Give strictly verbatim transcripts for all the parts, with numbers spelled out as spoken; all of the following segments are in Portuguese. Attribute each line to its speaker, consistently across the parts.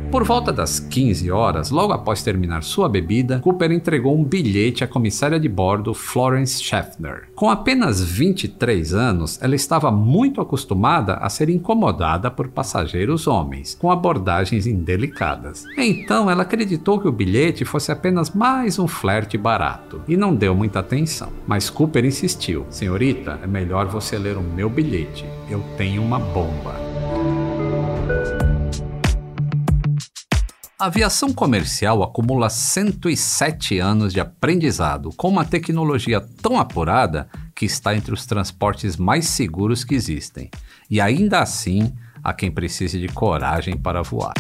Speaker 1: Por volta das quinze horas, logo após terminar sua bebida, Cooper entregou um bilhete à comissária de bordo Florence Schaffner. Com apenas vinte e três anos, ela estava muito acostumada a ser incomodada por passageiros homens, com abordagens indelicadas. Então ela acreditou que o bilhete fosse apenas mais um flerte barato, e não deu muita atenção. Mas Cooper insistiu: senhorita, é melhor você ler o meu bilhete, eu tenho uma bomba. A aviação comercial acumula cento e sete anos de aprendizado com uma tecnologia tão apurada que está entre os transportes mais seguros que existem. E ainda assim, há quem precise de coragem para voar.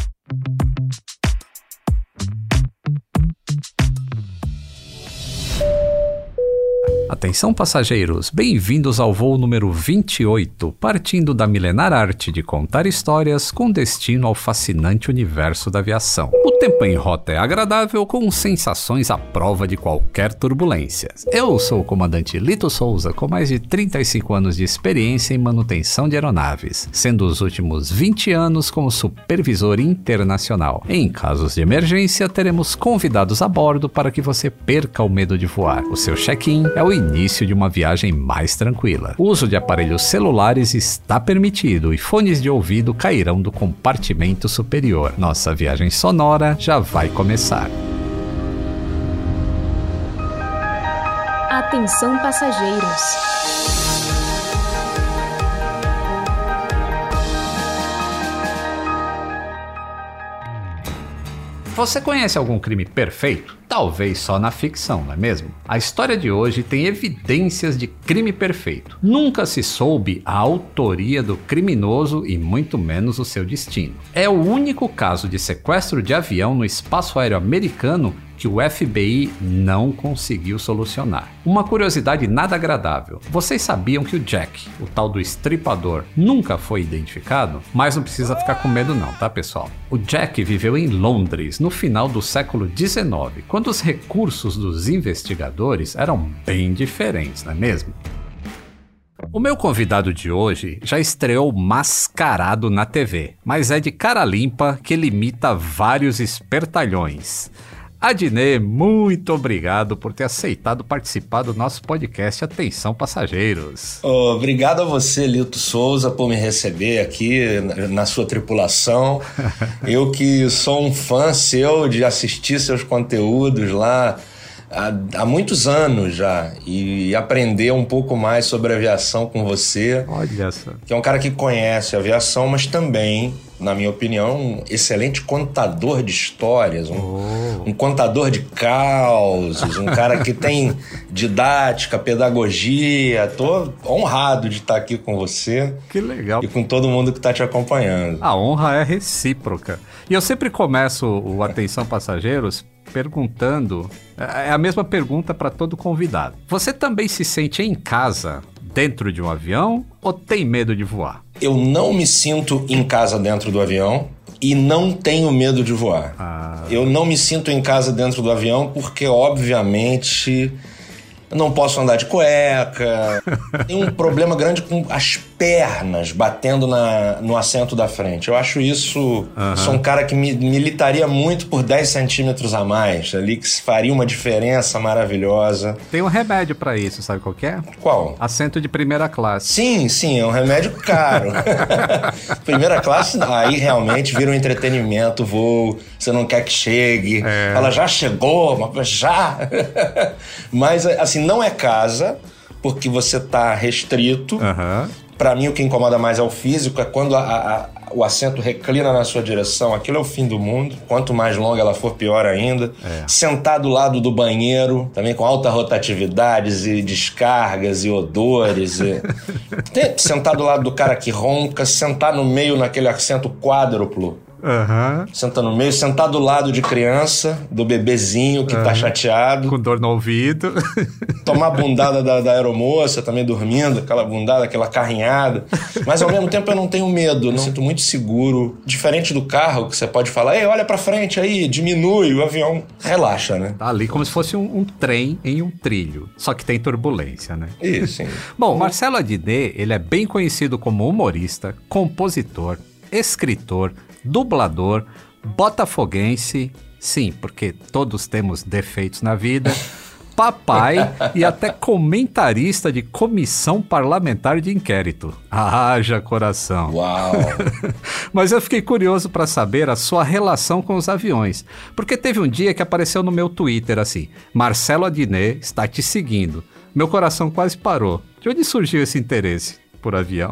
Speaker 1: Atenção passageiros, bem-vindos ao voo número vinte e oito, partindo da milenar arte de contar histórias com destino ao fascinante universo da aviação. O tempo em rota é agradável, com sensações à prova de qualquer turbulência. Eu sou o comandante Lito Souza, com mais de trinta e cinco anos de experiência em manutenção de aeronaves, sendo os últimos vinte anos como supervisor internacional. Em casos de emergência, teremos convidados a bordo para que você perca o medo de voar. O seu check-in é o início de uma viagem mais tranquila. O uso de aparelhos celulares está permitido e fones de ouvido cairão do compartimento superior. Nossa viagem sonora já vai começar.
Speaker 2: Atenção passageiros.
Speaker 1: Você conhece algum crime perfeito? Talvez só na ficção, não é mesmo? A história de hoje tem evidências de crime perfeito. Nunca se soube a autoria do criminoso e muito menos o seu destino. É o único caso de sequestro de avião no espaço aéreo americano que o F B I não conseguiu solucionar. Uma curiosidade nada agradável. Vocês sabiam que o Jack, o tal do estripador, nunca foi identificado? Mas não precisa ficar com medo não, tá pessoal? O Jack viveu em Londres no final do século dezenove, quando os recursos dos investigadores eram bem diferentes, não é mesmo? O meu convidado de hoje já estreou mascarado na T V, mas é de cara limpa que ele imita vários espertalhões. Adnet, muito obrigado por ter aceitado participar do nosso podcast Atenção Passageiros.
Speaker 3: Oh, obrigado a você, Lito Souza, por me receber aqui na sua tripulação. Eu que sou um fã seu de assistir seus conteúdos lá há, há muitos anos já e aprender um pouco mais sobre aviação com você.
Speaker 1: Olha só.
Speaker 3: Que é um cara que conhece a aviação, mas também, na minha opinião, um excelente contador de histórias, um, oh. um contador de causos, um cara que tem didática, pedagogia. Tô honrado de estar aqui com você.
Speaker 1: Que legal.
Speaker 3: E com todo mundo que está te acompanhando.
Speaker 1: A honra é recíproca. E eu sempre começo o Atenção Passageiros perguntando, é a mesma pergunta para todo convidado. Você também se sente em casa dentro de um avião ou tem medo de voar?
Speaker 3: Eu não me sinto em casa dentro do avião e não tenho medo de voar. Ah. Eu não me sinto em casa dentro do avião porque, obviamente, eu não posso andar de cueca. Tem um problema grande com as pernas batendo na, no assento da frente. Eu acho isso... Uhum. Sou um cara que me, militaria muito por dez centímetros a mais ali, que faria uma diferença maravilhosa.
Speaker 1: Tem um remédio pra isso, sabe qual que é?
Speaker 3: Qual?
Speaker 1: Assento de primeira classe.
Speaker 3: Sim, sim, é um remédio caro. Primeira classe, aí realmente vira um entretenimento, voo, você não quer que chegue. É. Ela já chegou, mas já... Mas, assim, não é casa, porque você tá restrito.
Speaker 1: Uhum.
Speaker 3: Pra mim, o que incomoda mais é o físico, é quando a, a, o assento reclina na sua direção. Aquilo é o fim do mundo. Quanto mais longa ela for, pior ainda. É. Sentar do lado do banheiro, também com alta rotatividades e descargas e odores. E... sentar do lado do cara que ronca, sentar no meio naquele assento quádruplo.
Speaker 1: Uhum.
Speaker 3: Senta no meio, sentar do lado de criança, do bebezinho que uhum. tá chateado.
Speaker 1: Com dor no ouvido.
Speaker 3: Tomar bundada da, da aeromoça também dormindo, aquela bundada, aquela carrinhada. Mas ao mesmo tempo eu não tenho medo, eu me sinto muito seguro. Diferente do carro, que você pode falar, ei, olha pra frente aí, diminui, o avião relaxa, né?
Speaker 1: Tá ali como se fosse um, um trem em um trilho, só que tem turbulência, né?
Speaker 3: Isso, sim.
Speaker 1: Bom, Marcelo Adnet, ele é bem conhecido como humorista, compositor, escritor, dublador, botafoguense, sim, porque todos temos defeitos na vida, papai e até comentarista de comissão parlamentar de inquérito. Haja coração.
Speaker 3: Uau!
Speaker 1: Mas eu fiquei curioso para saber a sua relação com os aviões, porque teve um dia que apareceu no meu Twitter assim, Marcelo Adnet está te seguindo. Meu coração quase parou. De onde surgiu esse interesse por avião?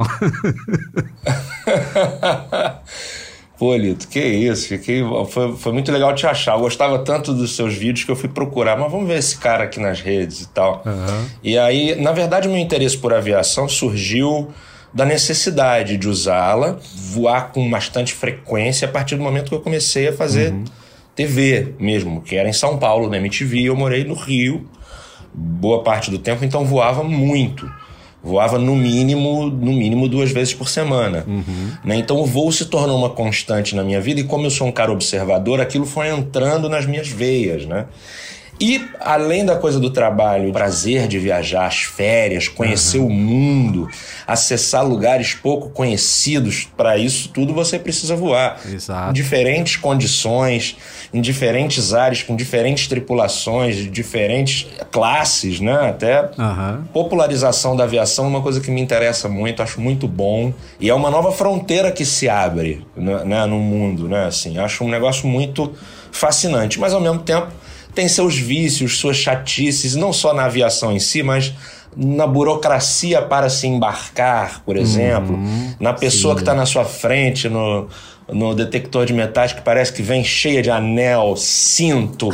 Speaker 3: Pô, Lito, que isso, fiquei, foi, foi muito legal te achar. Eu gostava tanto dos seus vídeos que eu fui procurar, mas vamos ver esse cara aqui nas redes e tal. Uhum. E aí, na verdade, meu interesse por aviação surgiu da necessidade de usá-la, voar com bastante frequência a partir do momento que eu comecei a fazer uhum. T V mesmo, que era em São Paulo, na M T V. Eu morei no Rio boa parte do tempo, então voava muito. Voava no mínimo, no mínimo duas vezes por semana. Uhum. Né? Então o voo se tornou uma constante na minha vida e como eu sou um cara observador, aquilo foi entrando nas minhas veias, né? E, além da coisa do trabalho, o prazer de viajar, as férias, conhecer uhum. o mundo, acessar lugares pouco conhecidos, para isso tudo você precisa voar.
Speaker 1: Exato.
Speaker 3: Em diferentes condições, em diferentes áreas, com diferentes tripulações, de diferentes classes, né? Até uhum. popularização da aviação é uma coisa que me interessa muito, acho muito bom. E é uma nova fronteira que se abre, né, no mundo, né? Assim, acho um negócio muito fascinante, mas ao mesmo tempo tem seus vícios, suas chatices, não só na aviação em si, mas na burocracia para se embarcar, por exemplo, uhum, na pessoa sim. que está na sua frente, no, no detector de metais que parece que vem cheia de anel, cinto,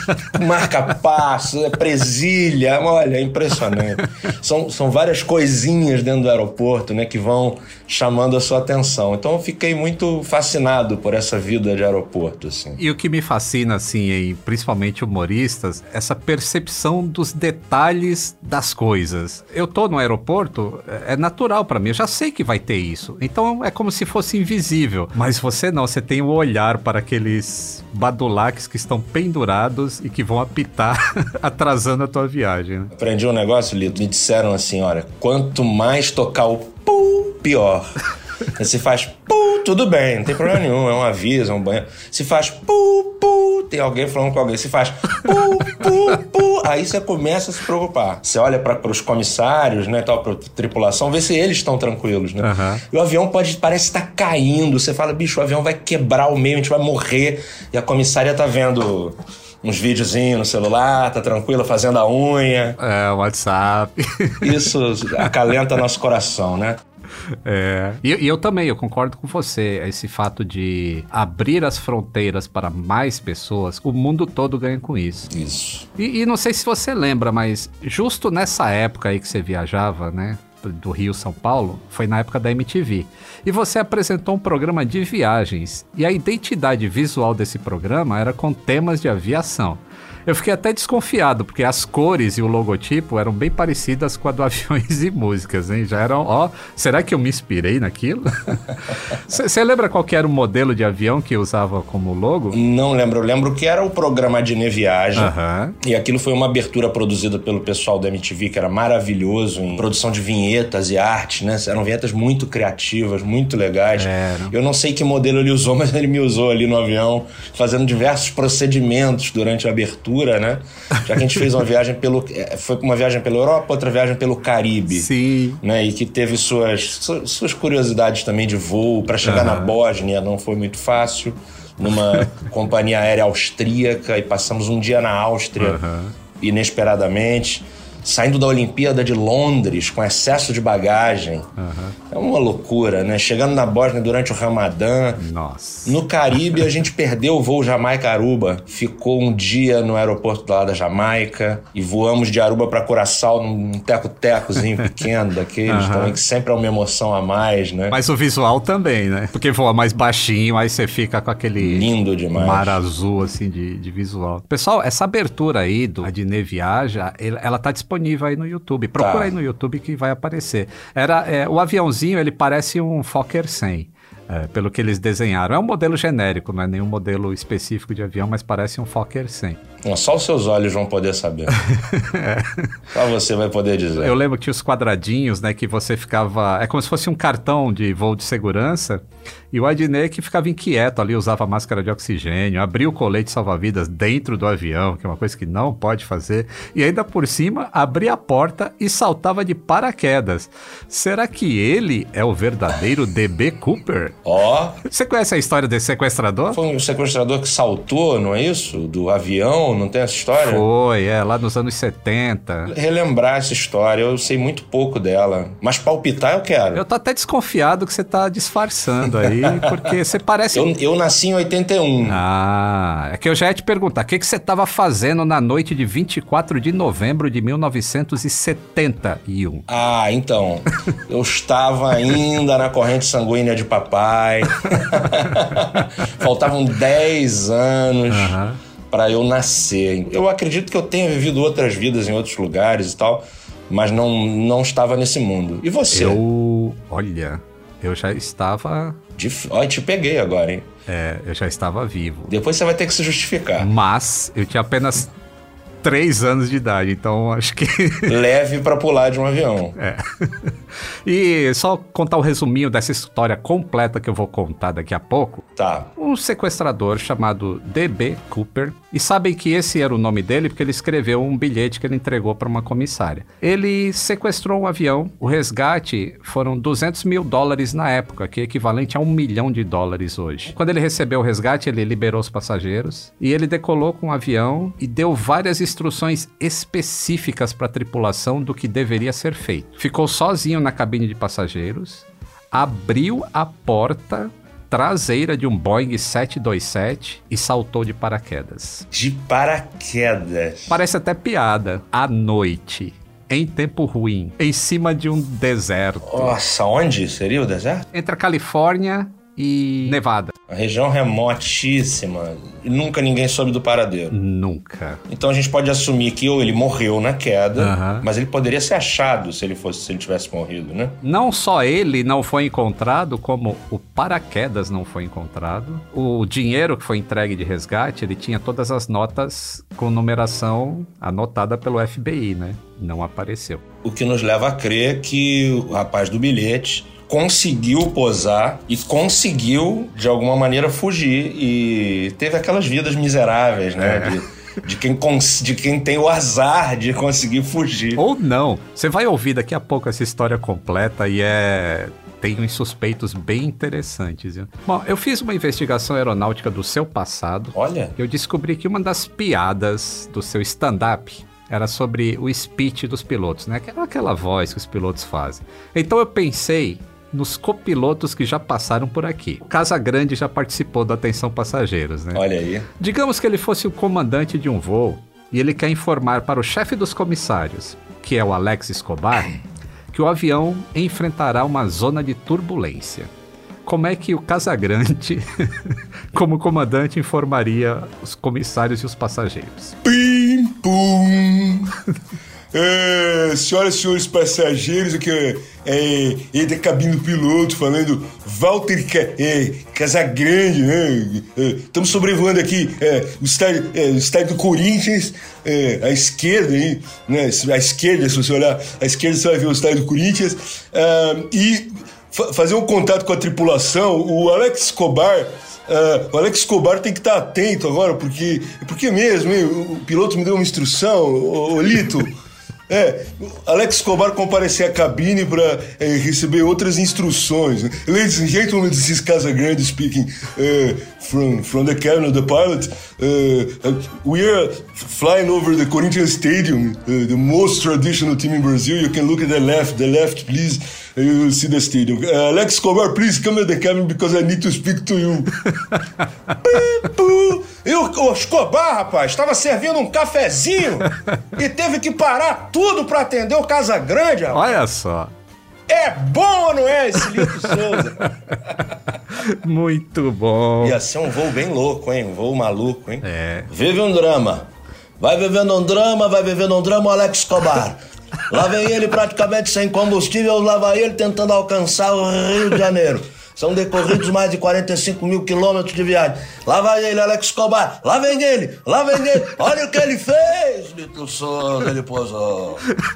Speaker 3: marca-passo, presilha, olha, é impressionante. São, são várias coisinhas dentro do aeroporto, né, que vão chamando a sua atenção. Então eu fiquei muito fascinado por essa vida de aeroporto. Assim.
Speaker 1: E o que me fascina, assim, em, principalmente humoristas, essa percepção dos detalhes das coisas. Eu tô no aeroporto, é natural pra mim, eu já sei que vai ter isso. Então é como se fosse invisível. Mas você não, você tem o olhar para aqueles badulaques que estão pendurados e que vão apitar atrasando a tua viagem. Né?
Speaker 3: Aprendi um negócio, Lito, me disseram assim, olha, quanto mais tocar o pu, pior. Se faz pu, tudo bem, não tem problema nenhum, é um aviso, é um banho. Se faz pu, pu, tem alguém falando com alguém. Se faz pu, pu, pu, aí você começa a se preocupar. Você olha para os comissários, né, tal, para a tripulação, vê se eles estão tranquilos, né? Uhum. E o avião pode, parece estar caindo. Você fala, bicho, o avião vai quebrar o meio, a gente vai morrer. E a comissária tá vendo uns videozinhos no celular, tá tranquila, fazendo a unha.
Speaker 1: É, o WhatsApp.
Speaker 3: Isso acalenta nosso coração, né?
Speaker 1: É. E, e eu também, eu concordo com você. Esse fato de abrir as fronteiras para mais pessoas, o mundo todo ganha com isso.
Speaker 3: Isso.
Speaker 1: E, e não sei se você lembra, mas justo nessa época aí que você viajava, né? Do Rio, São Paulo, foi na época da M T V. E você apresentou um programa de viagens. E a identidade visual desse programa era com temas de aviação. Eu fiquei até desconfiado, porque as cores e o logotipo eram bem parecidas com a do Aviões e Músicas, hein? Já eram, ó, será que eu me inspirei naquilo? Você lembra qual que era o modelo de avião que usava como logo?
Speaker 3: Não lembro, eu lembro que era o programa de Neviagem.
Speaker 1: Uhum.
Speaker 3: E aquilo foi uma abertura produzida pelo pessoal da M T V, que era maravilhoso em produção de vinhetas e arte, né? Eram vinhetas muito criativas, muito legais. É, eu não sei que modelo ele usou, mas ele me usou ali no avião, fazendo diversos procedimentos durante a abertura. Né? Já que a gente fez uma viagem pelo... Foi uma viagem pela Europa, outra viagem pelo Caribe.
Speaker 1: Sim.
Speaker 3: Né? E que teve suas, suas curiosidades também de voo. Para chegar uhum. na Bósnia não foi muito fácil. Numa companhia aérea austríaca. E passamos um dia na Áustria, uhum. inesperadamente. Saindo da Olimpíada de Londres com excesso de bagagem. Uhum. É uma loucura, né? Chegando na Bósnia durante o Ramadã.
Speaker 1: Nossa.
Speaker 3: No Caribe, a gente perdeu o voo Jamaica-Aruba. Ficou um dia no aeroporto lá da Jamaica. E voamos de Aruba para Curaçao num teco-tecozinho pequeno daqueles. Uhum. Também, que sempre é uma emoção a mais, né?
Speaker 1: Mas o visual também, né? Porque voa mais baixinho, aí você fica com aquele...
Speaker 3: Lindo demais.
Speaker 1: Mar azul, assim, de, de visual. Pessoal, essa abertura aí do Adnet Viaja, ela tá disponível disponível aí no YouTube. Procura tá. aí no YouTube que vai aparecer. Era, é, o aviãozinho, ele parece um Fokker cem. É, pelo que eles desenharam. É um modelo genérico, não é nenhum modelo específico de avião, mas parece um Fokker cem.
Speaker 3: Só os seus olhos vão poder saber. é. Só você vai poder dizer.
Speaker 1: Eu lembro que tinha os quadradinhos, né, que você ficava... É como se fosse um cartão de voo de segurança, e o Adnet que ficava inquieto ali, usava máscara de oxigênio, abria o colete salva-vidas dentro do avião, que é uma coisa que não pode fazer, e ainda por cima, abria a porta e saltava de paraquedas. Será que ele é o verdadeiro D B Cooper?
Speaker 3: Ó. Oh.
Speaker 1: Você conhece a história desse sequestrador?
Speaker 3: Foi um sequestrador que saltou, não é isso? Do avião, não tem essa história?
Speaker 1: Foi, é, lá nos anos setenta.
Speaker 3: Relembrar essa história, eu sei muito pouco dela. Mas palpitar eu quero.
Speaker 1: Eu tô até desconfiado que você tá disfarçando aí, porque você parece...
Speaker 3: Eu, eu nasci em oitenta e um.
Speaker 1: Ah, é que eu já ia te perguntar, o que, que você tava fazendo na noite de vinte e quatro de novembro de mil novecentos e setenta e um?
Speaker 3: Ah, então, eu estava ainda na corrente sanguínea de papai. Faltavam dez anos... Uhum. Para eu nascer. Eu acredito que eu tenha vivido outras vidas em outros lugares e tal, mas não, não estava nesse mundo. E você?
Speaker 1: Eu... Olha, eu já estava...
Speaker 3: De... Olha, te peguei agora, hein?
Speaker 1: É, eu já estava vivo.
Speaker 3: Depois você vai ter que se justificar.
Speaker 1: Mas eu tinha apenas três anos de idade, então acho que...
Speaker 3: Leve para pular de um avião.
Speaker 1: É. E só contar o resuminho dessa história completa que eu vou contar daqui a pouco.
Speaker 3: Tá.
Speaker 1: Um sequestrador chamado D B Cooper. E sabem que esse era o nome dele porque ele escreveu um bilhete que ele entregou para uma comissária. Ele sequestrou um avião. O resgate foram duzentos mil dólares na época, que é equivalente a um milhão de dólares hoje. Quando ele recebeu o resgate, ele liberou os passageiros. E ele decolou com o avião e deu várias instruções específicas para a tripulação do que deveria ser feito. Ficou sozinho na cabine de passageiros, abriu a porta traseira de um Boeing sete dois sete e saltou de paraquedas.
Speaker 3: De paraquedas?
Speaker 1: Parece até piada. À noite, em tempo ruim, em cima de um deserto.
Speaker 3: Nossa, onde seria o deserto?
Speaker 1: Entre a Califórnia e Nevada.
Speaker 3: Uma região remotíssima. E nunca ninguém soube do paradeiro.
Speaker 1: Nunca.
Speaker 3: Então a gente pode assumir que ou ele morreu na queda,
Speaker 1: uhum.
Speaker 3: mas ele poderia ser achado se ele fosse, se ele tivesse morrido, né?
Speaker 1: Não só ele não foi encontrado, como o paraquedas não foi encontrado. O dinheiro que foi entregue de resgate, ele tinha todas as notas com numeração anotada pelo F B I, né? Não apareceu.
Speaker 3: O que nos leva a crer que o rapaz do bilhete conseguiu posar e conseguiu, de alguma maneira, fugir. E teve aquelas vidas miseráveis, né?
Speaker 1: É.
Speaker 3: De, de, quem cons- de quem tem o azar de conseguir fugir.
Speaker 1: Ou não. Você vai ouvir daqui a pouco essa história completa e é... tem uns suspeitos bem interessantes. Viu? Bom, eu fiz uma investigação aeronáutica do seu passado.
Speaker 3: Olha.
Speaker 1: Eu descobri que uma das piadas do seu stand-up era sobre o speech dos pilotos, né? Aquela, aquela voz que os pilotos fazem. Então eu pensei nos copilotos que já passaram por aqui. O Casagrande já participou do Atenção Passageiros, né?
Speaker 3: Olha aí.
Speaker 1: Digamos que ele fosse o comandante de um voo e ele quer informar para o chefe dos comissários, que é o Alex Escobar, que o avião enfrentará uma zona de turbulência. Como é que o Casagrande, como comandante, informaria os comissários e os passageiros?
Speaker 4: Pim, pum! É, senhoras e senhores passageiros, aqui é, é, é da cabine do piloto falando Walter é, Casagrande, né? Estamos é, sobrevoando aqui é, o, estádio, é, o estádio do Corinthians, é, à esquerda, aí, né? À esquerda, se você olhar à esquerda, você vai ver o estádio do Corinthians. É, e fa- fazer um contato com a tripulação, o Alex Escobar. Uh, o Alex Escobar tem que estar atento agora, porque, porque mesmo, hein? O, o piloto me deu uma instrução, ô, ô Lito. É, Alex Escobar comparecer à cabine para é, receber outras instruções. Ladies and gentlemen, this is Casagrande speaking uh, from, from the cabin of the pilot. Uh, we are flying over the Corinthians Stadium, uh, the most traditional team in Brazil. You can look at the left, the left, please. You will see the stadium. Uh, Alex Escobar, please come at the cabin because I need to speak to you.
Speaker 3: E o, o Escobar, rapaz, estava servindo um cafezinho e teve que parar tudo para atender o Casagrande, rapaz.
Speaker 1: Olha só.
Speaker 3: É bom ou não é esse Lito Souza?
Speaker 1: Muito bom.
Speaker 3: Ia ser um voo bem louco, hein? Um voo maluco, hein?
Speaker 1: É.
Speaker 3: Vive um drama. Vai vivendo um drama, vai vivendo um drama o Alex Escobar. Lá vem ele praticamente sem combustível, lá vai ele tentando alcançar o Rio de Janeiro. São decorridos mais de quarenta e cinco mil quilômetros de viagem. Lá vai ele, Alex Escobar. Lá vem ele, lá vem ele. Olha o que ele fez, Lito Souza, ele posou.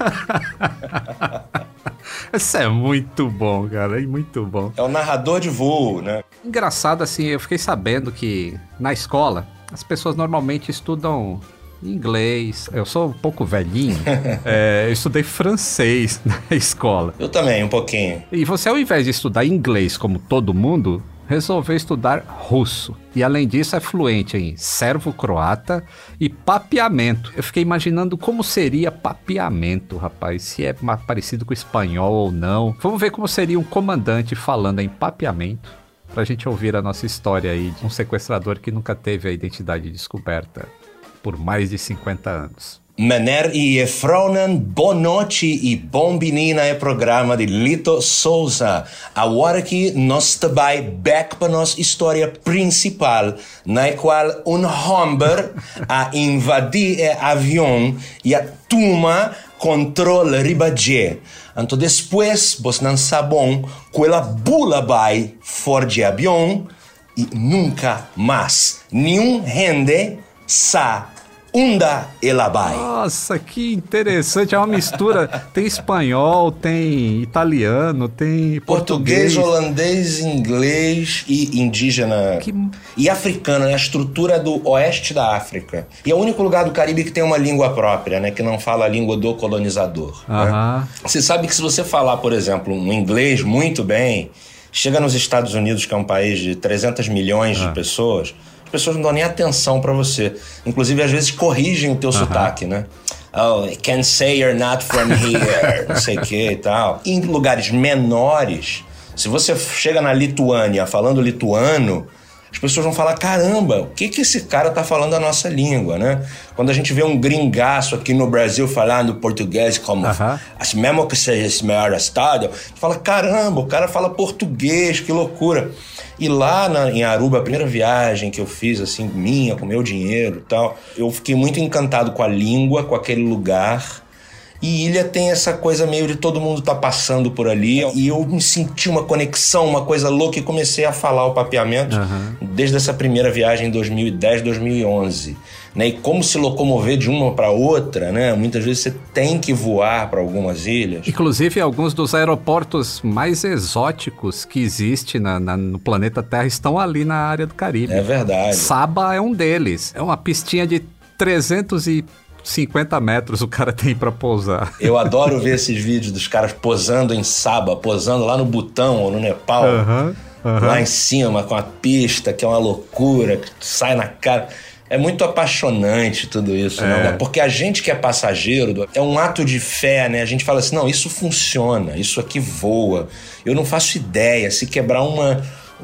Speaker 1: Isso é muito bom, cara, é muito bom.
Speaker 3: É o narrador de voo, né?
Speaker 1: Engraçado assim, eu fiquei sabendo que na escola as pessoas normalmente estudam inglês. Eu sou um pouco velhinho, é, eu estudei francês na escola.
Speaker 3: Eu também, um pouquinho.
Speaker 1: E você, ao invés de estudar inglês como todo mundo, resolveu estudar russo. E além disso é fluente em servo-croata e papeamento. Eu fiquei imaginando como seria papeamento, rapaz. Se é mais parecido com o espanhol ou não. Vamos ver como seria um comandante falando em papeamento, pra gente ouvir a nossa história aí de um sequestrador que nunca teve a identidade descoberta por mais de cinquenta anos.
Speaker 3: Meneer e Efronen, boa noite e bom menina é programa de Lito Souza. Agora que nós também back para nossa história principal, na qual um Humber a invadir o avião e a toma controle ribadje. Então depois, você não sabe aquela bula vai fora de avião e nunca mais nenhum rende sa Unda ela vai.
Speaker 1: Nossa, que interessante. É uma mistura. Tem espanhol, tem italiano, tem português.
Speaker 3: Português, holandês, inglês e indígena. Que... E africano, né? A estrutura do oeste da África. E é o único lugar do Caribe que tem uma língua própria, né? Que não fala a língua do colonizador.
Speaker 1: Uh-huh.
Speaker 3: Né? Você sabe que se você falar, por exemplo, um inglês muito bem, chega nos Estados Unidos, que é um país de trezentos milhões uh-huh. de pessoas... As pessoas não dão nem atenção pra você. Inclusive, às vezes, corrigem o teu uh-huh. sotaque, né? Oh, I can't say you're not from here, não sei o que e tal. Em lugares menores, se você chega na Lituânia falando lituano, as pessoas vão falar, caramba, o que que esse cara tá falando a nossa língua, né? Quando a gente vê um gringaço aqui no Brasil falando português como uh-huh. assim, mesmo que seja esse maior estado, fala, caramba, o cara fala português, que loucura. E lá na, em Aruba, a primeira viagem que eu fiz, assim, minha, com meu dinheiro e tal, eu fiquei muito encantado com a língua, com aquele lugar. E Ilha tem essa coisa meio de todo mundo tá passando por ali. E eu me senti uma conexão, uma coisa louca, e comecei a falar o papeamento uhum. desde essa primeira viagem em dois mil e dez, dois mil e onze. Né? E como se locomover de uma para outra, né? Muitas vezes você tem que voar para algumas ilhas.
Speaker 1: Inclusive, alguns dos aeroportos mais exóticos que existem na, na, no planeta Terra estão ali na área do Caribe.
Speaker 3: É verdade.
Speaker 1: Saba é um deles. É uma pistinha de trezentos e cinquenta metros o cara tem pra pousar.
Speaker 3: Eu adoro ver esses vídeos dos caras posando em Saba, posando lá no Butão ou no Nepal, uhum, uhum. lá em cima com a pista, que é uma loucura, que sai na cara. É muito apaixonante tudo isso, é. Né? Porque a gente que é passageiro, é um ato de fé, né? A gente fala assim, não, isso funciona, isso aqui voa. Eu não faço ideia, se quebrar uma...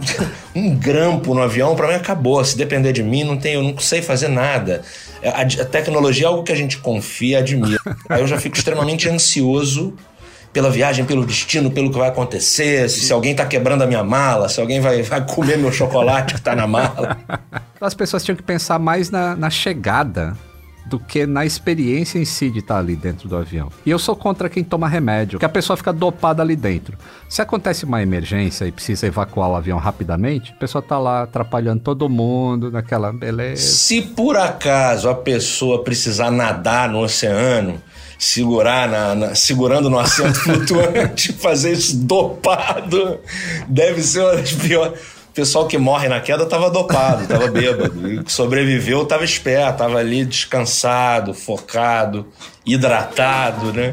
Speaker 3: um grampo no avião, pra mim acabou. Se depender de mim, não tem, eu não sei fazer nada. A, a tecnologia é algo que a gente confia e admira. Aí eu já fico extremamente ansioso pela viagem, pelo destino, pelo que vai acontecer, se, se alguém tá quebrando a minha mala, se alguém vai, vai comer meu chocolate que tá na mala.
Speaker 1: As pessoas tinham que pensar mais na, na chegada do que na experiência em si de estar ali dentro do avião. E eu sou contra quem toma remédio, que a pessoa fica dopada ali dentro. Se acontece uma emergência e precisa evacuar o avião rapidamente, a pessoa tá lá atrapalhando todo mundo, naquela beleza.
Speaker 3: Se por acaso a pessoa precisar nadar no oceano, segurar na, na, segurando no assento flutuante, fazer isso dopado, deve ser uma das piores... O pessoal que morre na queda tava dopado, tava bêbado. E que sobreviveu tava esperto, tava ali descansado, focado, hidratado, né?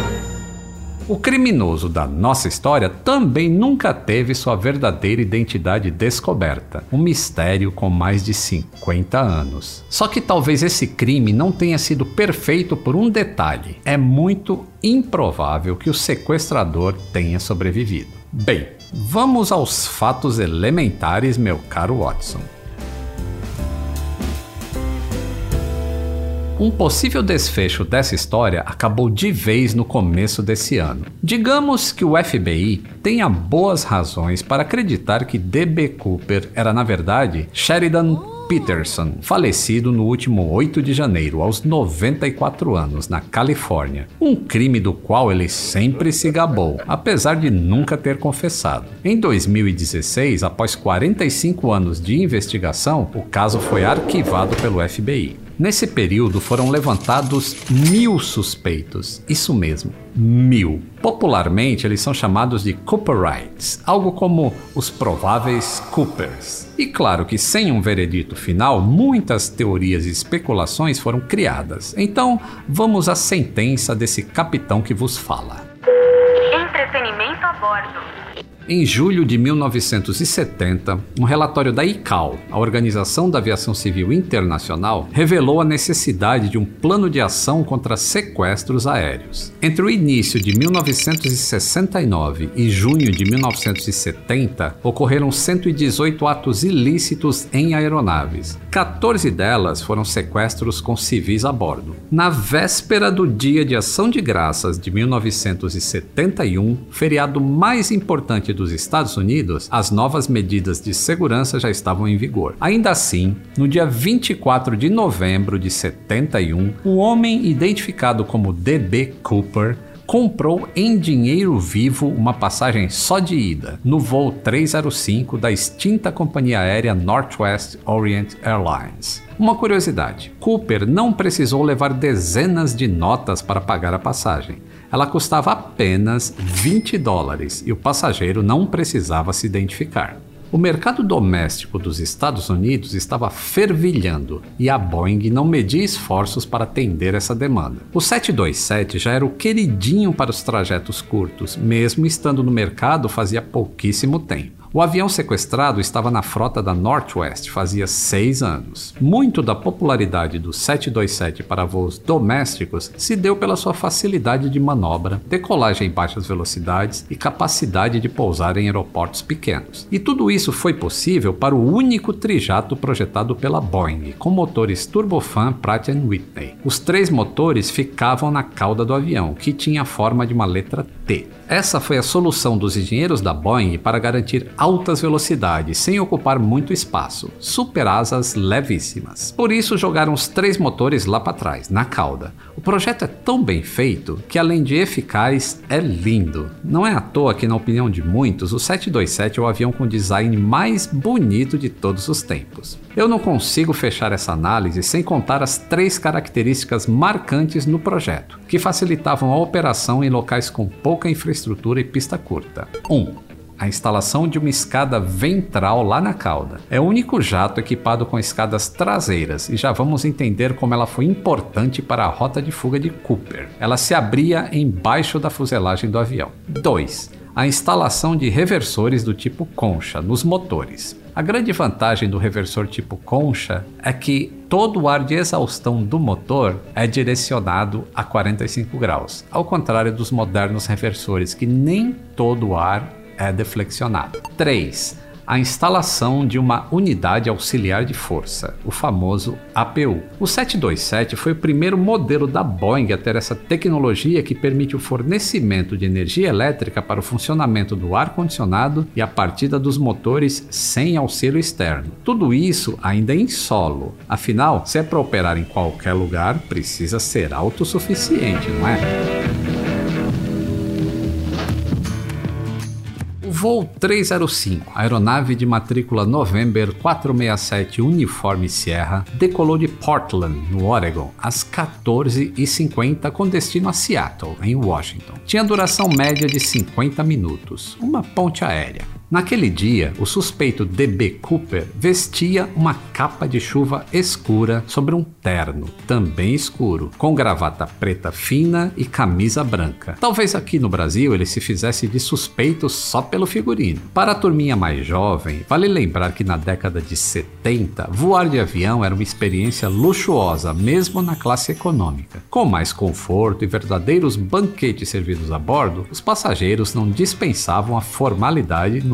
Speaker 1: O criminoso da nossa história também nunca teve sua verdadeira identidade descoberta. Um mistério com mais de cinquenta anos. Só que talvez esse crime não tenha sido perfeito por um detalhe. É muito improvável que o sequestrador tenha sobrevivido. Bem, vamos aos fatos elementares, meu caro Watson. Um possível desfecho dessa história acabou de vez no começo desse ano. Digamos que o F B I tenha boas razões para acreditar que D B Cooper era, na verdade, Sheridan Peterson, falecido no último oito de janeiro, aos noventa e quatro anos, na Califórnia. Um crime do qual ele sempre se gabou, apesar de nunca ter confessado. Em dois mil e dezesseis, após quarenta e cinco anos de investigação, o caso foi arquivado pelo F B I. Nesse período foram levantados mil suspeitos, isso mesmo, mil. Popularmente eles são chamados de Cooperites, algo como os prováveis Coopers. E claro que sem um veredito final, muitas teorias e especulações foram criadas. Então vamos à sentença desse capitão que vos fala.
Speaker 5: Entretenimento a bordo.
Speaker 1: Em julho de mil novecentos e setenta, um relatório da I C A O, a Organização da Aviação Civil Internacional, revelou a necessidade de um plano de ação contra sequestros aéreos. Entre o início de mil novecentos e sessenta e nove e junho de mil novecentos e setenta, ocorreram cento e dezoito atos ilícitos em aeronaves. quatorze delas foram sequestros com civis a bordo. Na véspera do Dia de Ação de Graças de mil novecentos e setenta e um, feriado mais importante dos Estados Unidos, as novas medidas de segurança já estavam em vigor. Ainda assim, no dia vinte e quatro de novembro de setenta e um, um homem identificado como D B Cooper comprou em dinheiro vivo uma passagem só de ida no voo trezentos e cinco da extinta companhia aérea Northwest Orient Airlines. Uma curiosidade, Cooper não precisou levar dezenas de notas para pagar a passagem. Ela custava apenas vinte dólares e o passageiro não precisava se identificar. O mercado doméstico dos Estados Unidos estava fervilhando e a Boeing não media esforços para atender essa demanda. O sete dois sete já era o queridinho para os trajetos curtos, mesmo estando no mercado fazia pouquíssimo tempo. O avião sequestrado estava na frota da Northwest fazia seis anos. Muito da popularidade do sete dois sete para voos domésticos se deu pela sua facilidade de manobra, decolagem em baixas velocidades e capacidade de pousar em aeroportos pequenos. E tudo isso foi possível para o único trijato projetado pela Boeing, com motores turbofan Pratt and Whitney. Os três motores ficavam na cauda do avião, que tinha a forma de uma letra T. Essa foi a solução dos engenheiros da Boeing para garantir altas velocidades, sem ocupar muito espaço, super asas levíssimas. Por isso jogaram os três motores lá para trás, na cauda. O projeto é tão bem feito que, além de eficaz, é lindo. Não é à toa que, na opinião de muitos, o sete dois sete é o avião com o design mais bonito de todos os tempos. Eu não consigo fechar essa análise sem contar as três características marcantes no projeto, que facilitavam a operação em locais com pouca infraestrutura e pista curta. um. A instalação de uma escada ventral lá na cauda. É o único jato equipado com escadas traseiras e já vamos entender como ela foi importante para a rota de fuga de Cooper. Ela se abria embaixo da fuselagem do avião. dois. A instalação de reversores do tipo concha nos motores. A grande vantagem do reversor tipo concha é que todo o ar de exaustão do motor é direcionado a quarenta e cinco graus, ao contrário dos modernos reversores, que nem todo o ar é deflexionado. três. A instalação de uma unidade auxiliar de força, o famoso A P U. O sete dois sete foi o primeiro modelo da Boeing a ter essa tecnologia que permite o fornecimento de energia elétrica para o funcionamento do ar-condicionado e a partida dos motores sem auxílio externo. Tudo isso ainda em solo. Afinal, se é para operar em qualquer lugar, precisa ser autossuficiente, não é? Voo trezentos e cinco, aeronave de matrícula November quatrocentos e sessenta e sete Uniforme Sierra, decolou de Portland, no Oregon, às quatorze e cinquenta com destino a Seattle, em Washington. Tinha duração média de cinquenta minutos, uma ponte aérea. Naquele dia, o suspeito D B Cooper vestia uma capa de chuva escura sobre um terno, também escuro, com gravata preta fina e camisa branca. Talvez aqui no Brasil ele se fizesse de suspeito só pelo figurino. Para a turminha mais jovem, vale lembrar que na década de setenta, voar de avião era uma experiência luxuosa, mesmo na classe econômica. Com mais conforto e verdadeiros banquetes servidos a bordo, os passageiros não dispensavam a formalidade no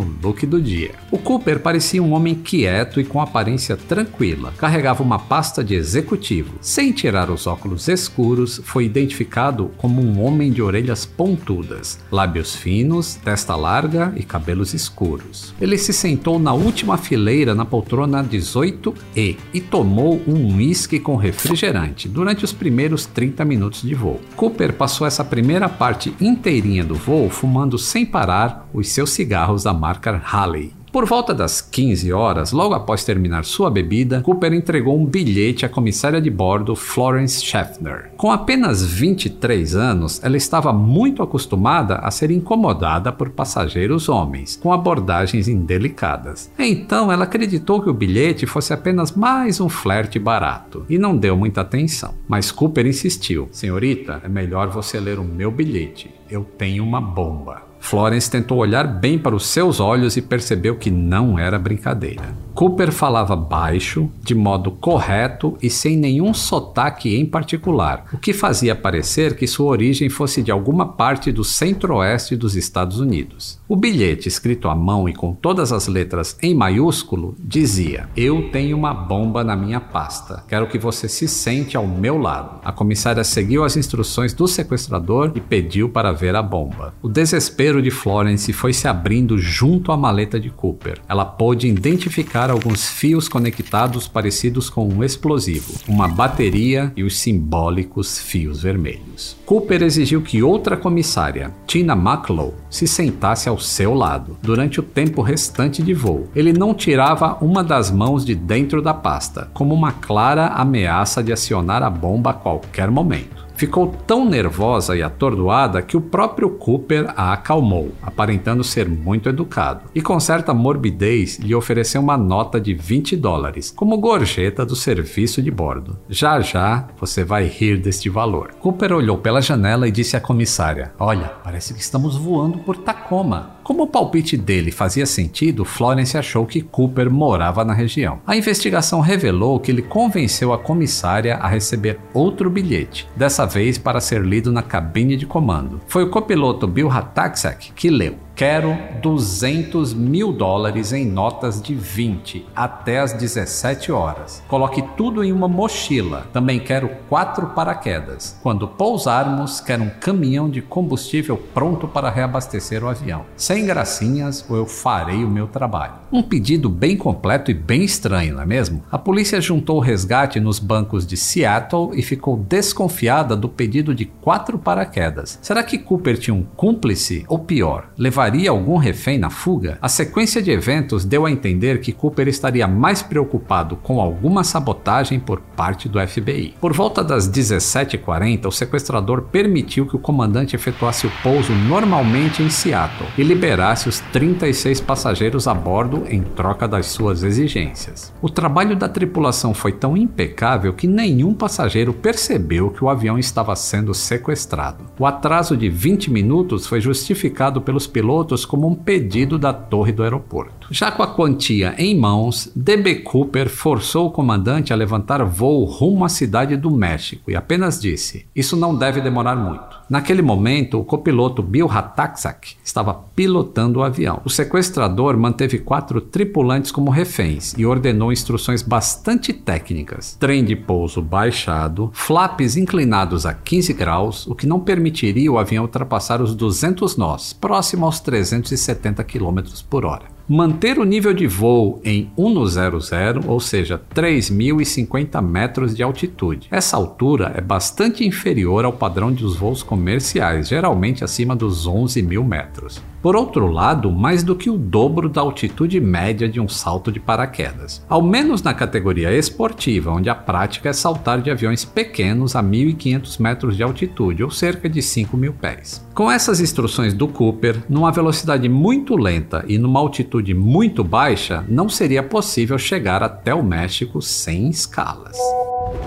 Speaker 1: look do dia. O Cooper parecia um homem quieto e com aparência tranquila. Carregava uma pasta de executivo. Sem tirar os óculos escuros, foi identificado como um homem de orelhas pontudas, lábios finos, testa larga e cabelos escuros. Ele se sentou na última fileira na poltrona dezoito E e tomou um uísque com refrigerante durante os primeiros trinta minutos de voo. Cooper passou essa primeira parte inteirinha do voo fumando sem parar os seus cigarros da marca Halley. Por volta das quinze horas, logo após terminar sua bebida, Cooper entregou um bilhete à comissária de bordo Florence Schaffner. Com apenas vinte e três anos, ela estava muito acostumada a ser incomodada por passageiros homens, com abordagens indelicadas. Então, ela acreditou que o bilhete fosse apenas mais um flerte barato, e não deu muita atenção. Mas Cooper insistiu: "Senhorita, é melhor você ler o meu bilhete. Eu tenho uma bomba." Florence tentou olhar bem para os seus olhos e percebeu que não era brincadeira. Cooper falava baixo, de modo correto e sem nenhum sotaque em particular, o que fazia parecer que sua origem fosse de alguma parte do centro-oeste dos Estados Unidos. O bilhete, escrito à mão e com todas as letras em maiúsculo, dizia: "Eu tenho uma bomba na minha pasta. Quero que você se sente ao meu lado." A comissária seguiu as instruções do sequestrador e pediu para ver a bomba. O desespero de Florence foi se abrindo junto à maleta de Cooper. Ela pôde identificar alguns fios conectados parecidos com um explosivo, uma bateria e os simbólicos fios vermelhos. Cooper exigiu que outra comissária, Tina Mucklow, se sentasse ao seu lado durante o tempo restante de voo. Ele não tirava uma das mãos de dentro da pasta, como uma clara ameaça de acionar a bomba a qualquer momento. Ficou tão nervosa e atordoada que o próprio Cooper a acalmou, aparentando ser muito educado, e com certa morbidez lhe ofereceu uma nota de vinte dólares, como gorjeta do serviço de bordo. "Já já você vai rir deste valor." Cooper olhou pela janela e disse à comissária: "Olha, parece que estamos voando por Tacoma." Como o palpite dele fazia sentido, Florence achou que Cooper morava na região. A investigação revelou que ele convenceu a comissária a receber outro bilhete, dessa vez para ser lido na cabine de comando. Foi o copiloto Bill Hataksak que leu: "Quero duzentos mil dólares em notas de vinte até às dezessete horas. Coloque tudo em uma mochila. Também quero quatro paraquedas. Quando pousarmos, quero um caminhão de combustível pronto para reabastecer o avião. Sem gracinhas ou eu farei o meu trabalho." Um pedido bem completo e bem estranho, não é mesmo? A polícia juntou o resgate nos bancos de Seattle e ficou desconfiada do pedido de quatro paraquedas. Será que Cooper tinha um cúmplice? Ou pior, levaria algum refém na fuga? A sequência de eventos deu a entender que Cooper estaria mais preocupado com alguma sabotagem por parte do F B I. Por volta das dezessete e quarenta, o sequestrador permitiu que o comandante efetuasse o pouso normalmente em Seattle e liberasse os trinta e seis passageiros a bordo em troca das suas exigências. O trabalho da tripulação foi tão impecável que nenhum passageiro percebeu que o avião estava sendo sequestrado. O atraso de vinte minutos foi justificado pelos pilotos como um pedido da torre do aeroporto. Já com a quantia em mãos, D B Cooper forçou o comandante a levantar voo rumo à cidade do México e apenas disse: "Isso não deve demorar muito." Naquele momento, o copiloto Bill Hataksak estava pilotando o avião. O sequestrador manteve quatro tripulantes como reféns e ordenou instruções bastante técnicas: trem de pouso baixado, flaps inclinados a quinze graus, o que não permitiria o avião ultrapassar os duzentos nós, próximo aos trezentos e setenta quilômetros por hora. Manter o nível de voo em cento, ou seja, três mil e cinquenta metros de altitude. Essa altura é bastante inferior ao padrão dos voos comerciais, geralmente acima dos onze mil metros. Por outro lado, mais do que o dobro da altitude média de um salto de paraquedas. Ao menos na categoria esportiva, onde a prática é saltar de aviões pequenos a mil e quinhentos metros de altitude, ou cerca de cinco mil pés. Com essas instruções do Cooper, numa velocidade muito lenta e numa altitude muito baixa, não seria possível chegar até o México sem escalas.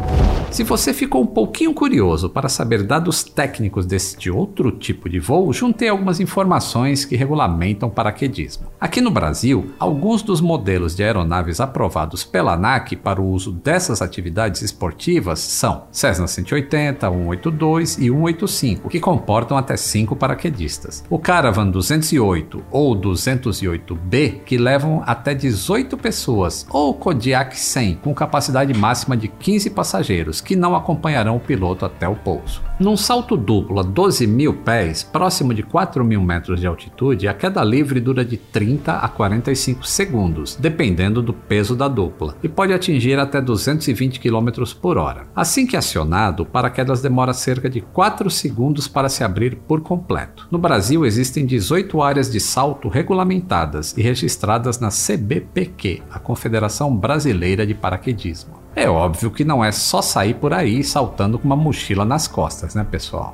Speaker 1: Se você ficou um pouquinho curioso para saber dados técnicos deste outro tipo de voo, juntei algumas informações que regulamentam paraquedismo. Aqui no Brasil, alguns dos modelos de aeronaves aprovados pela ANAC para o uso dessas atividades esportivas são Cessna cento e oitenta, cento e oitenta e dois e cento e oitenta e cinco, que comportam até cinco paraquedistas. O Caravan duzentos e oito ou duzentos e oito B, que levam até dezoito pessoas, ou o Kodiak cem, com capacidade máxima de quinze passageiros, que não acompanharão o piloto até o pouso. Num salto duplo a doze mil pés, próximo de quatro mil metros de altitude, a queda livre dura de trinta a quarenta e cinco segundos, dependendo do peso da dupla, e pode atingir até duzentos e vinte quilômetros por hora. Assim que acionado, o paraquedas demora cerca de quatro segundos para se abrir por completo. No Brasil, existem dezoito áreas de salto regulamentadas e registradas na C B P Q, a Confederação Brasileira de Paraquedismo. É óbvio que não é só sair por aí saltando com uma mochila nas costas, né, pessoal?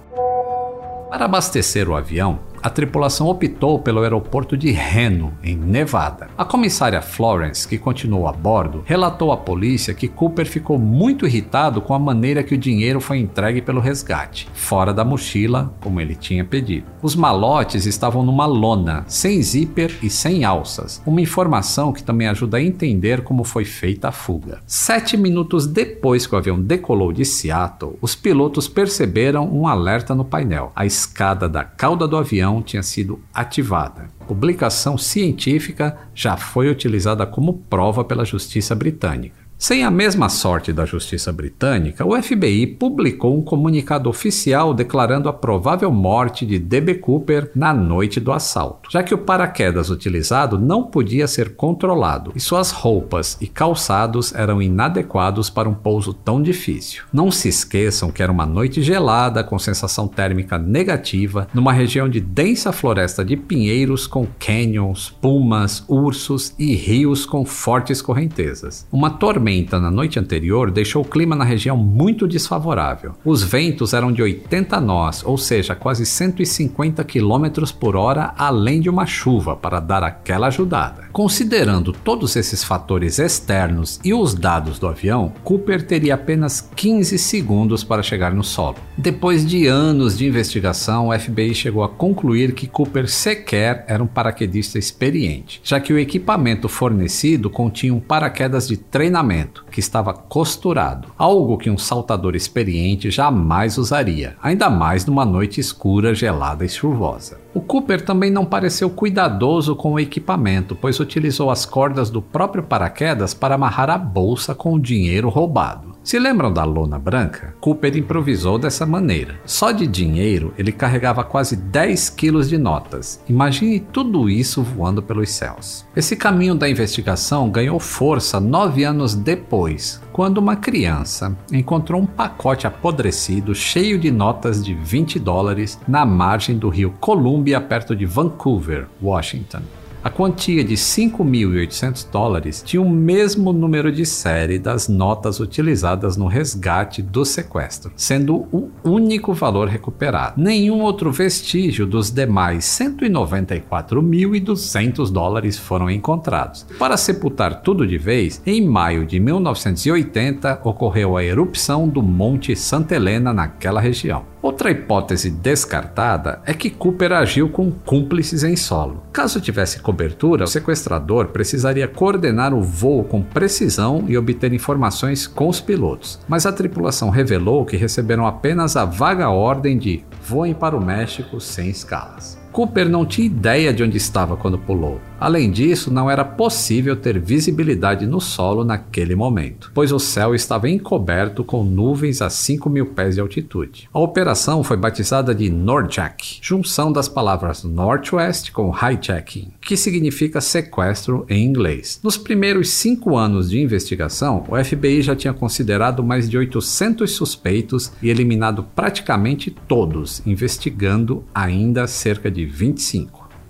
Speaker 1: Para abastecer o avião, a tripulação optou pelo aeroporto de Reno, em Nevada. A comissária Florence, que continuou a bordo, relatou à polícia que Cooper ficou muito irritado com a maneira que o dinheiro foi entregue pelo resgate, fora da mochila, como ele tinha pedido. Os malotes estavam numa lona, sem zíper e sem alças, uma informação que também ajuda a entender como foi feita a fuga. Sete minutos depois que o avião decolou de Seattle, os pilotos perceberam um alerta no painel. A escada da cauda do avião tinha sido ativada. A publicação científica já foi utilizada como prova pela Justiça Britânica. Sem a mesma sorte da Justiça Britânica, o F B I publicou um comunicado oficial declarando a provável morte de D B Cooper na noite do assalto, já que o paraquedas utilizado não podia ser controlado e suas roupas e calçados eram inadequados para um pouso tão difícil. Não se esqueçam que era uma noite gelada com sensação térmica negativa, numa região de densa floresta de pinheiros com canyons, pumas, ursos e rios com fortes correntezas. Uma tormenta na noite anterior deixou o clima na região muito desfavorável. Os ventos eram de oitenta nós, ou seja, quase cento e cinquenta quilômetros por hora, além de uma chuva para dar aquela ajudada. Considerando todos esses fatores externos e os dados do avião, Cooper teria apenas quinze segundos para chegar no solo. Depois de anos de investigação, o F B I chegou a concluir que Cooper sequer era um paraquedista experiente, já que o equipamento fornecido continha um paraquedas de treinamento que estava costurado, algo que um saltador experiente jamais usaria, ainda mais numa noite escura, gelada e chuvosa. O Cooper também não pareceu cuidadoso com o equipamento, pois utilizou as cordas do próprio paraquedas para amarrar a bolsa com o dinheiro roubado. Se lembram da lona branca? Cooper improvisou dessa maneira. Só de dinheiro ele carregava quase dez quilos de notas. Imagine tudo isso voando pelos céus. Esse caminho da investigação ganhou força nove anos depois, quando uma criança encontrou um pacote apodrecido cheio de notas de vinte dólares na margem do rio Columbia, perto de Vancouver, Washington. A quantia de cinco mil e oitocentos dólares tinha o mesmo número de série das notas utilizadas no resgate do sequestro, sendo o único valor recuperado. Nenhum outro vestígio dos demais cento e noventa e quatro mil e duzentos dólares foram encontrados. Para sepultar tudo de vez, em maio de mil novecentos e oitenta ocorreu a erupção do Monte Santa Helena naquela região. Outra hipótese descartada é que Cooper agiu com cúmplices em solo. Caso tivesse cobertura, o sequestrador precisaria coordenar o voo com precisão e obter informações com os pilotos. Mas a tripulação revelou que receberam apenas a vaga ordem de voem para o México sem escalas. Cooper não tinha ideia de onde estava quando pulou. Além disso, não era possível ter visibilidade no solo naquele momento, pois o céu estava encoberto com nuvens a cinco mil pés de altitude. A operação foi batizada de Nordjack, junção das palavras Northwest com hijacking, que significa sequestro em inglês. Nos primeiros cinco anos de investigação, o F B I já tinha considerado mais de oitocentos suspeitos e eliminado praticamente todos, investigando ainda cerca de vinte e cinco.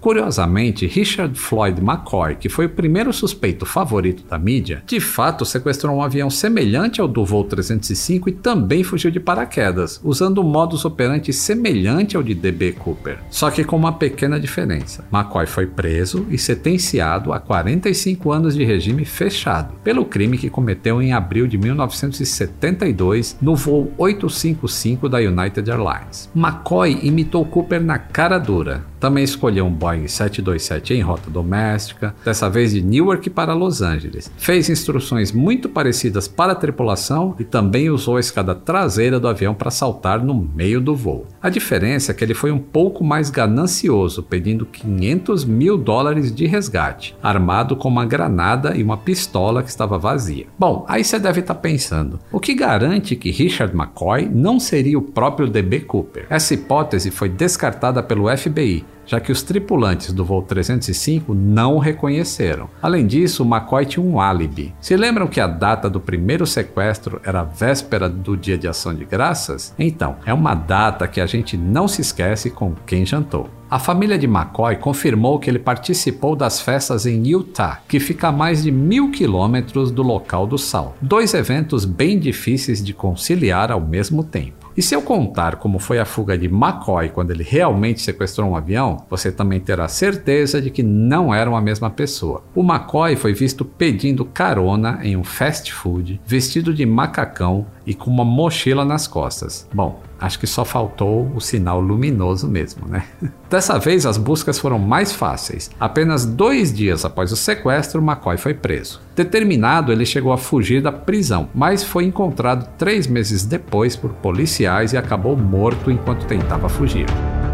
Speaker 1: Curiosamente, Richard Floyd McCoy, que foi o primeiro suspeito favorito da mídia, de fato sequestrou um avião semelhante ao do voo trezentos e cinco e também fugiu de paraquedas, usando um modus operandi semelhante ao de D B Cooper, só que com uma pequena diferença. McCoy foi preso e sentenciado a quarenta e cinco anos de regime fechado, pelo crime que cometeu em abril de mil novecentos e setenta e dois no voo oitocentos e cinquenta e cinco da United Airlines. McCoy imitou Cooper na cara dura. Também escolheu um Boeing sete dois sete em rota doméstica, dessa vez de Newark para Los Angeles. Fez instruções muito parecidas para a tripulação e também usou a escada traseira do avião para saltar no meio do voo. A diferença é que ele foi um pouco mais ganancioso, pedindo quinhentos mil dólares de resgate, armado com uma granada e uma pistola que estava vazia. Bom, aí você deve estar pensando, o que garante que Richard McCoy não seria o próprio D B Cooper? Essa hipótese foi descartada pelo F B I, já que os tripulantes do voo trezentos e cinco não o reconheceram. Além disso, o McCoy tinha um álibi. Se lembram que a data do primeiro sequestro era a véspera do Dia de Ação de Graças? Então, é uma data que a gente não se esquece com quem jantou. A família de McCoy confirmou que ele participou das festas em Utah, que fica a mais de mil quilômetros do local do salto. Dois eventos bem difíceis de conciliar ao mesmo tempo. E se eu contar como foi a fuga de McCoy quando ele realmente sequestrou um avião, você também terá certeza de que não eram a mesma pessoa. O McCoy foi visto pedindo carona em um fast food, vestido de macacão e com uma mochila nas costas. Bom, acho que só faltou o sinal luminoso mesmo, né? Dessa vez as buscas foram mais fáceis. Apenas dois dias após o sequestro, McCoy foi preso. Determinado, ele chegou a fugir da prisão, mas foi encontrado três meses depois por policiais e acabou morto enquanto tentava fugir.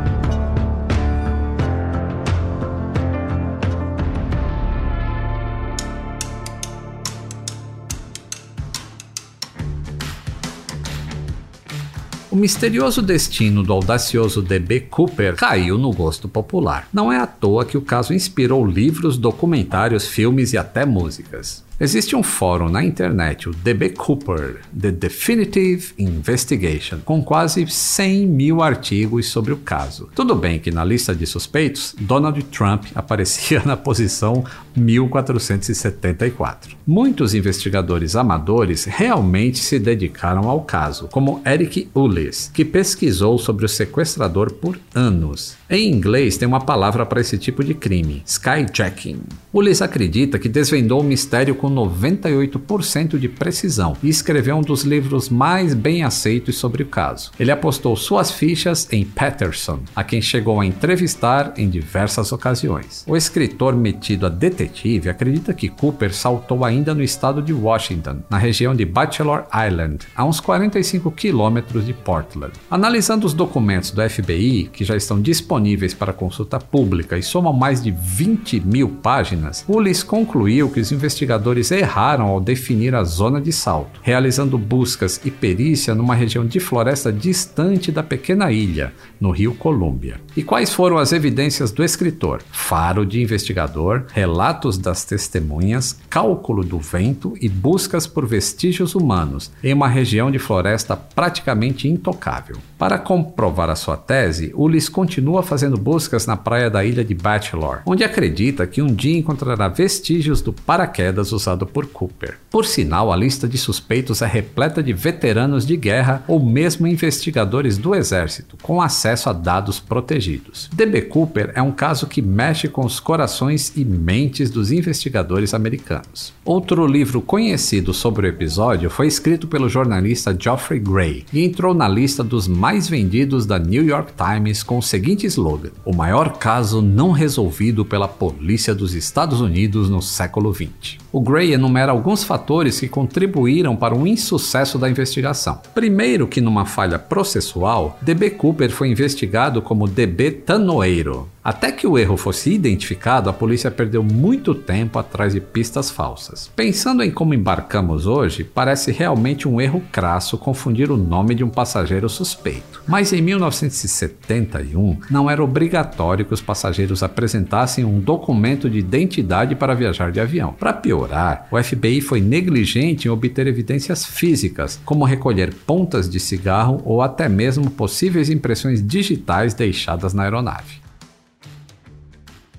Speaker 1: O misterioso destino do audacioso D B Cooper caiu no gosto popular. Não é à toa que o caso inspirou livros, documentários, filmes e até músicas. Existe um fórum na internet, o D B Cooper, The Definitive Investigation, com quase cem mil artigos sobre o caso. Tudo bem que na lista de suspeitos, Donald Trump aparecia na posição mil quatrocentos e setenta e quatro. Muitos investigadores amadores realmente se dedicaram ao caso, como Eric Ulis, que pesquisou sobre o sequestrador por anos. Em inglês tem uma palavra para esse tipo de crime, skyjacking. Ulis acredita que desvendou o mistério com noventa e oito por cento de precisão e escreveu um dos livros mais bem aceitos sobre o caso. Ele apostou suas fichas em Patterson, a quem chegou a entrevistar em diversas ocasiões. O escritor metido a detetive acredita que Cooper saltou ainda no estado de Washington, na região de Bachelor Island, a uns quarenta e cinco quilômetros de Portland. Analisando os documentos do F B I, que já estão disponíveis para consulta pública e somam mais de vinte mil páginas, Ulis concluiu que os investigadores erraram ao definir a zona de salto, realizando buscas e perícia numa região de floresta distante da pequena ilha, no rio Columbia. E quais foram as evidências do escritor? Faro de investigador, relatos das testemunhas, cálculo do vento e buscas por vestígios humanos em uma região de floresta praticamente intocável. Para comprovar a sua tese, Ulis continua fazendo buscas na praia da ilha de Bachelor, onde acredita que um dia encontrará vestígios do paraquedas usado por Cooper. Por sinal, a lista de suspeitos é repleta de veteranos de guerra ou mesmo investigadores do exército, com acesso a dados protegidos. D B Cooper é um caso que mexe com os corações e mentes dos investigadores americanos. Outro livro conhecido sobre o episódio foi escrito pelo jornalista Geoffrey Gray e entrou na lista dos mais vendidos da New York Times com o seguinte slogan: o maior caso não resolvido pela polícia dos Estados Unidos no século vinte. O Gray enumera alguns fatores que contribuíram para o insucesso da investigação. Primeiro, que numa falha processual, D B Cooper foi investigado como D B Tanoeiro. Até que o erro fosse identificado, a polícia perdeu muito tempo atrás de pistas falsas. Pensando em como embarcamos hoje, parece realmente um erro crasso confundir o nome de um passageiro suspeito. Mas em mil novecentos e setenta e um, não era obrigatório que os passageiros apresentassem um documento de identidade para viajar de avião. Para piorar, o F B I foi negligente em obter evidências físicas, como recolher pontas de cigarro ou até mesmo possíveis impressões digitais deixadas na aeronave.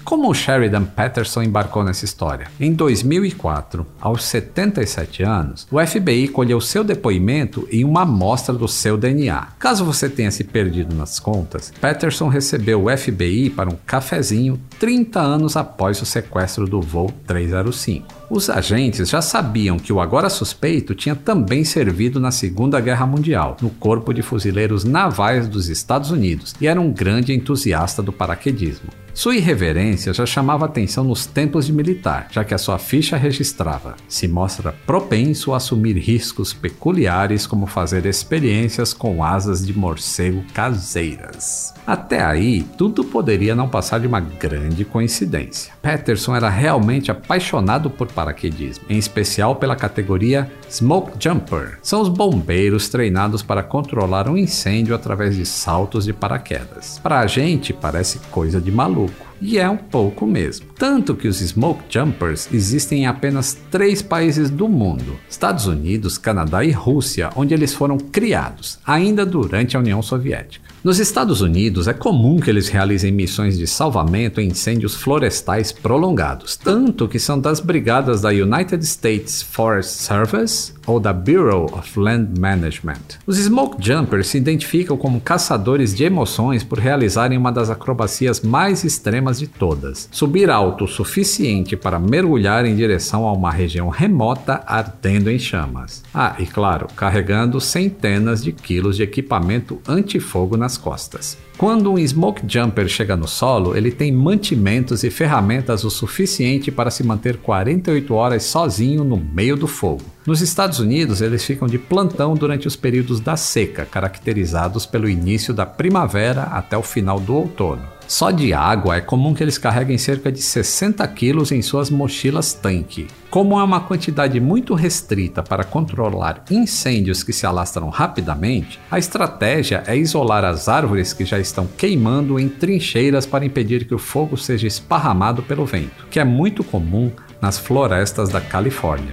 Speaker 1: Como o Sheridan Peterson embarcou nessa história? Em dois mil e quatro, aos setenta e sete anos, o F B I colheu seu depoimento em uma amostra do seu D N A. Caso você tenha se perdido nas contas, Peterson recebeu o F B I para um cafezinho trinta anos após o sequestro do voo trezentos e cinco. Os agentes já sabiam que o agora suspeito tinha também servido na Segunda Guerra Mundial, no Corpo de Fuzileiros Navais dos Estados Unidos, e era um grande entusiasta do paraquedismo. Sua irreverência já chamava atenção nos tempos de militar, já que a sua ficha registrava: se mostra propenso a assumir riscos peculiares como fazer experiências com asas de morcego caseiras. Até aí, tudo poderia não passar de uma grande coincidência. Peterson era realmente apaixonado por paraquedismo, em especial pela categoria Smoke Jumper. São os bombeiros treinados para controlar um incêndio através de saltos de paraquedas. Para a gente, parece coisa de maluco. E é um pouco mesmo. Tanto que os Smoke Jumpers existem em apenas três países do mundo: Estados Unidos, Canadá e Rússia, onde eles foram criados, ainda durante a União Soviética. Nos Estados Unidos, é comum que eles realizem missões de salvamento em incêndios florestais prolongados, tanto que são das brigadas da United States Forest Service ou da Bureau of Land Management. Os Smoke Jumpers se identificam como caçadores de emoções por realizarem uma das acrobacias mais extremas de todas: subir alto o suficiente para mergulhar em direção a uma região remota ardendo em chamas. Ah, e claro, carregando centenas de quilos de equipamento antifogo nas costas. Quando um Smoke Jumper chega no solo, ele tem mantimentos e ferramentas o suficiente para se manter quarenta e oito horas sozinho no meio do fogo. Nos Estados Unidos, eles ficam de plantão durante os períodos da seca, caracterizados pelo início da primavera até o final do outono. Só de água é comum que eles carreguem cerca de sessenta quilos em suas mochilas tanque. Como é uma quantidade muito restrita para controlar incêndios que se alastram rapidamente, a estratégia é isolar as árvores que já estão queimando em trincheiras para impedir que o fogo seja esparramado pelo vento, que é muito comum nas florestas da Califórnia.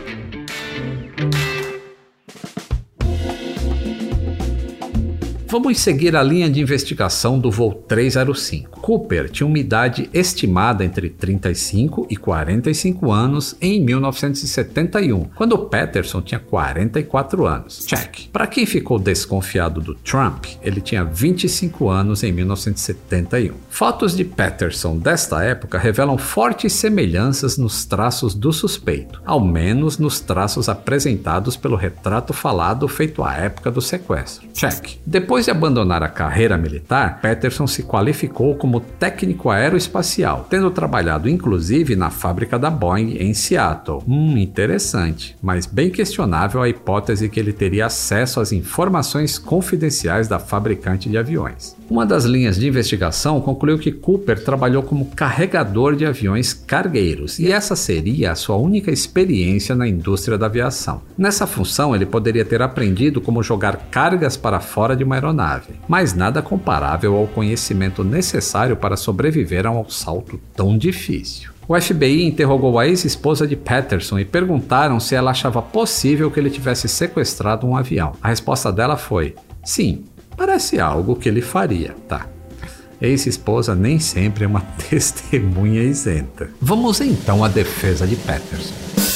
Speaker 1: Vamos seguir a linha de investigação do voo trezentos e cinco. Cooper tinha uma idade estimada entre trinta e cinco e quarenta e cinco anos em mil novecentos e setenta e um, quando Peterson tinha quarenta e quatro anos. Check. Para quem ficou desconfiado do Trump, ele tinha vinte e cinco anos em mil novecentos e setenta e um. Fotos de Peterson desta época revelam fortes semelhanças nos traços do suspeito, ao menos nos traços apresentados pelo retrato falado feito à época do sequestro. Check. Depois de abandonar a carreira militar, Peterson se qualificou como técnico aeroespacial, tendo trabalhado inclusive na fábrica da Boeing em Seattle. Hum, interessante, mas bem questionável a hipótese que ele teria acesso às informações confidenciais da fabricante de aviões. Uma das linhas de investigação concluiu que Cooper trabalhou como carregador de aviões cargueiros, e essa seria a sua única experiência na indústria da aviação. Nessa função, ele poderia ter aprendido como jogar cargas para fora de uma aeronave, mas nada comparável ao conhecimento necessário para sobreviver a um salto tão difícil. O F B I interrogou a ex-esposa de Peterson e perguntaram se ela achava possível que ele tivesse sequestrado um avião. A resposta dela foi: sim, parece algo que ele faria, tá? Ex-esposa nem sempre é uma testemunha isenta. Vamos então à defesa de Peterson.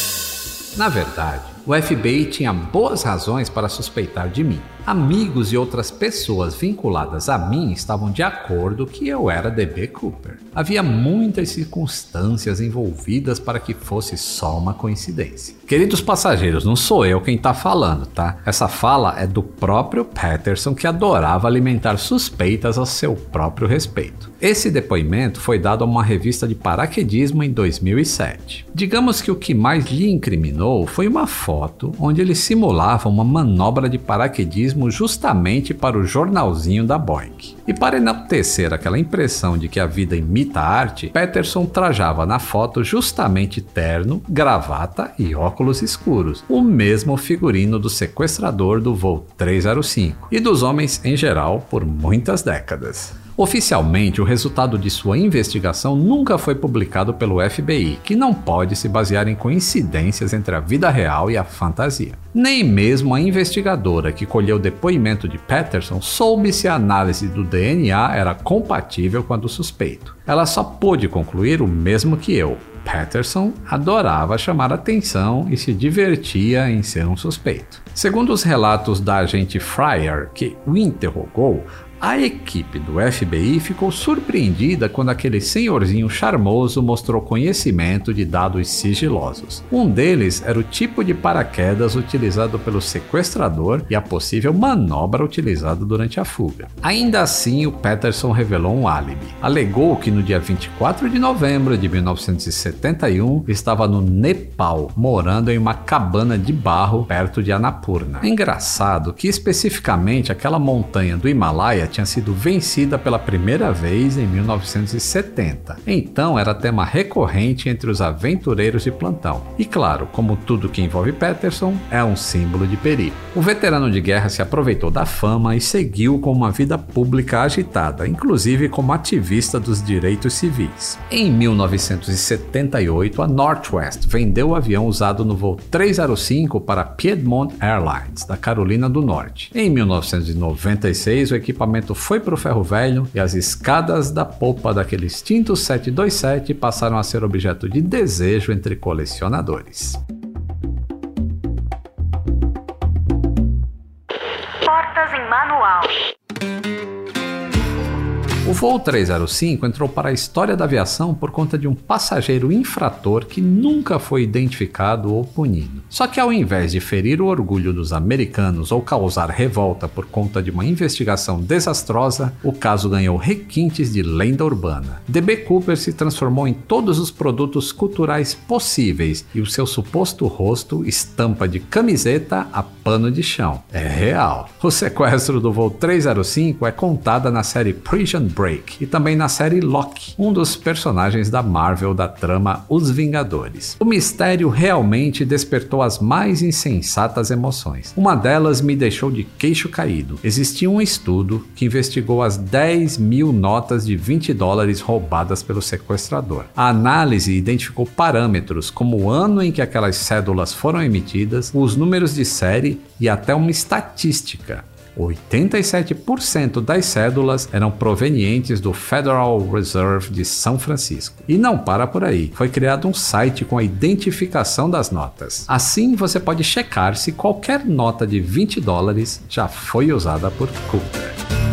Speaker 1: Na verdade, o F B I tinha boas razões para suspeitar de mim. Amigos e outras pessoas vinculadas a mim estavam de acordo que eu era D B Cooper. Havia muitas circunstâncias envolvidas para que fosse só uma coincidência. Queridos passageiros, não sou eu quem está falando, tá? Essa fala é do próprio Peterson, que adorava alimentar suspeitas ao seu próprio respeito. Esse depoimento foi dado a uma revista de paraquedismo em dois mil e sete. Digamos que o que mais lhe incriminou foi uma foto onde ele simulava uma manobra de paraquedismo justamente para o jornalzinho da Boeing. E para enaltecer aquela impressão de que a vida imita a arte, Peterson trajava na foto justamente terno, gravata e óculos escuros, o mesmo figurino do sequestrador do voo trezentos e cinco e dos homens em geral por muitas décadas. Oficialmente, o resultado de sua investigação nunca foi publicado pelo F B I, que não pode se basear em coincidências entre a vida real e a fantasia. Nem mesmo a investigadora que colheu o depoimento de Patterson soube se a análise do D N A era compatível com a do suspeito. Ela só pôde concluir o mesmo que eu. Patterson adorava chamar atenção e se divertia em ser um suspeito. Segundo os relatos da agente Fryer, que o interrogou, a equipe do F B I ficou surpreendida quando aquele senhorzinho charmoso mostrou conhecimento de dados sigilosos. Um deles era o tipo de paraquedas utilizado pelo sequestrador e a possível manobra utilizada durante a fuga. Ainda assim, o Patterson revelou um álibi. Alegou que no dia vinte e quatro de novembro de mil novecentos e setenta e um estava no Nepal, morando em uma cabana de barro perto de Annapurna. É engraçado que especificamente aquela montanha do Himalaia tinha sido vencida pela primeira vez em mil novecentos e setenta. Então era tema recorrente entre os aventureiros de plantão. E claro, como tudo que envolve Patterson, é um símbolo de perigo. O veterano de guerra se aproveitou da fama e seguiu com uma vida pública agitada, inclusive como ativista dos direitos civis. Em mil novecentos e setenta e oito, a Northwest vendeu o avião usado no voo trezentos e cinco para a Piedmont Airlines, da Carolina do Norte. Em mil novecentos e noventa e seis, o equipamento foi para o ferro velho e as escadas da polpa daquele extinto sete dois sete passaram a ser objeto de desejo entre colecionadores.
Speaker 5: Portas em manual.
Speaker 1: O voo trezentos e cinco entrou para a história da aviação por conta de um passageiro infrator que nunca foi identificado ou punido. Só que ao invés de ferir o orgulho dos americanos ou causar revolta por conta de uma investigação desastrosa, o caso ganhou requintes de lenda urbana. D B Cooper se transformou em todos os produtos culturais possíveis e o seu suposto rosto estampa de camiseta a pano de chão. É real. O sequestro do voo trezentos e cinco é contada na série Prison Break e também na série Loki, um dos personagens da Marvel da trama Os Vingadores. O mistério realmente despertou as mais insensatas emoções. Uma delas me deixou de queixo caído. Existia um estudo que investigou as dez mil notas de vinte dólares roubadas pelo sequestrador. A análise identificou parâmetros como o ano em que aquelas cédulas foram emitidas, os números de série e até uma estatística. oitenta e sete por cento das cédulas eram provenientes do Federal Reserve de São Francisco. E não para por aí. Foi criado um site com a identificação das notas. Assim, você pode checar se qualquer nota de vinte dólares já foi usada por Cooper.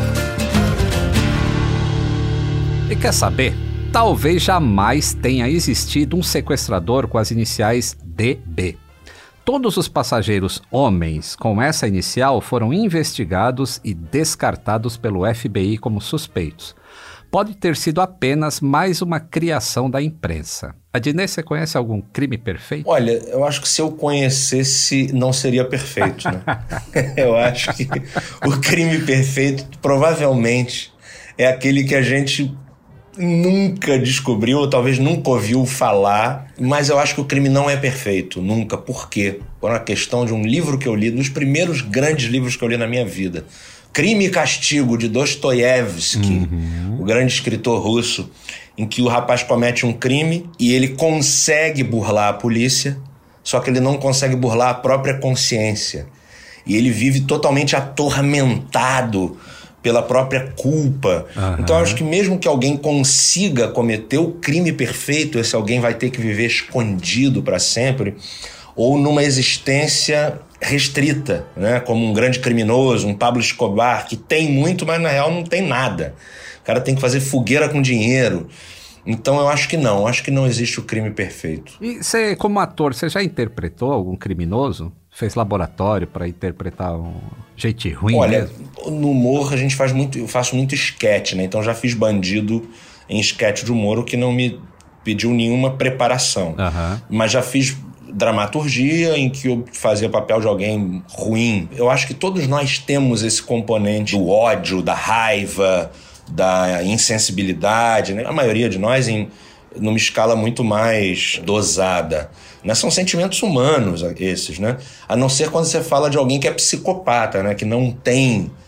Speaker 1: E quer saber? Talvez jamais tenha existido um sequestrador com as iniciais D B. Todos os passageiros homens com essa inicial foram investigados e descartados pelo F B I como suspeitos. Pode ter sido apenas mais uma criação da imprensa. Adnê, você conhece algum crime perfeito?
Speaker 3: Olha, eu acho que se eu conhecesse, não seria perfeito, né? Eu acho que o crime perfeito provavelmente é aquele que a gente nunca descobriu, ou talvez nunca ouviu falar, mas eu acho que o crime não é perfeito, nunca. Por quê? Por uma questão de um livro que eu li, dos primeiros grandes livros que eu li na minha vida. Crime e Castigo, de Dostoiévski, uhum. O grande escritor russo, em que o rapaz comete um crime e ele consegue burlar a polícia, só que ele não consegue burlar a própria consciência. E ele vive totalmente atormentado pela própria culpa. Uhum. Então eu acho que mesmo que alguém consiga cometer o crime perfeito, esse alguém vai ter que viver escondido para sempre, ou numa existência restrita, né? Como um grande criminoso, um Pablo Escobar, que tem muito, mas na real não tem nada. O cara tem que fazer fogueira com dinheiro. Então eu acho que não, eu acho que não existe o crime perfeito.
Speaker 1: E você, como ator, você já interpretou algum criminoso? Fez laboratório para interpretar um jeito ruim?
Speaker 3: Olha,
Speaker 1: mesmo?
Speaker 3: No humor a gente faz muito, eu faço muito esquete, né? Então já fiz bandido em esquete de humor, o que não me pediu nenhuma preparação. Uhum. Mas já fiz dramaturgia em que eu fazia papel de alguém ruim. Eu acho que todos nós temos esse componente do ódio, da raiva, da insensibilidade, né? A maioria de nós em numa escala muito mais dosada. Né? São sentimentos humanos esses, né? A não ser quando você fala de alguém que é psicopata, né? Que não tem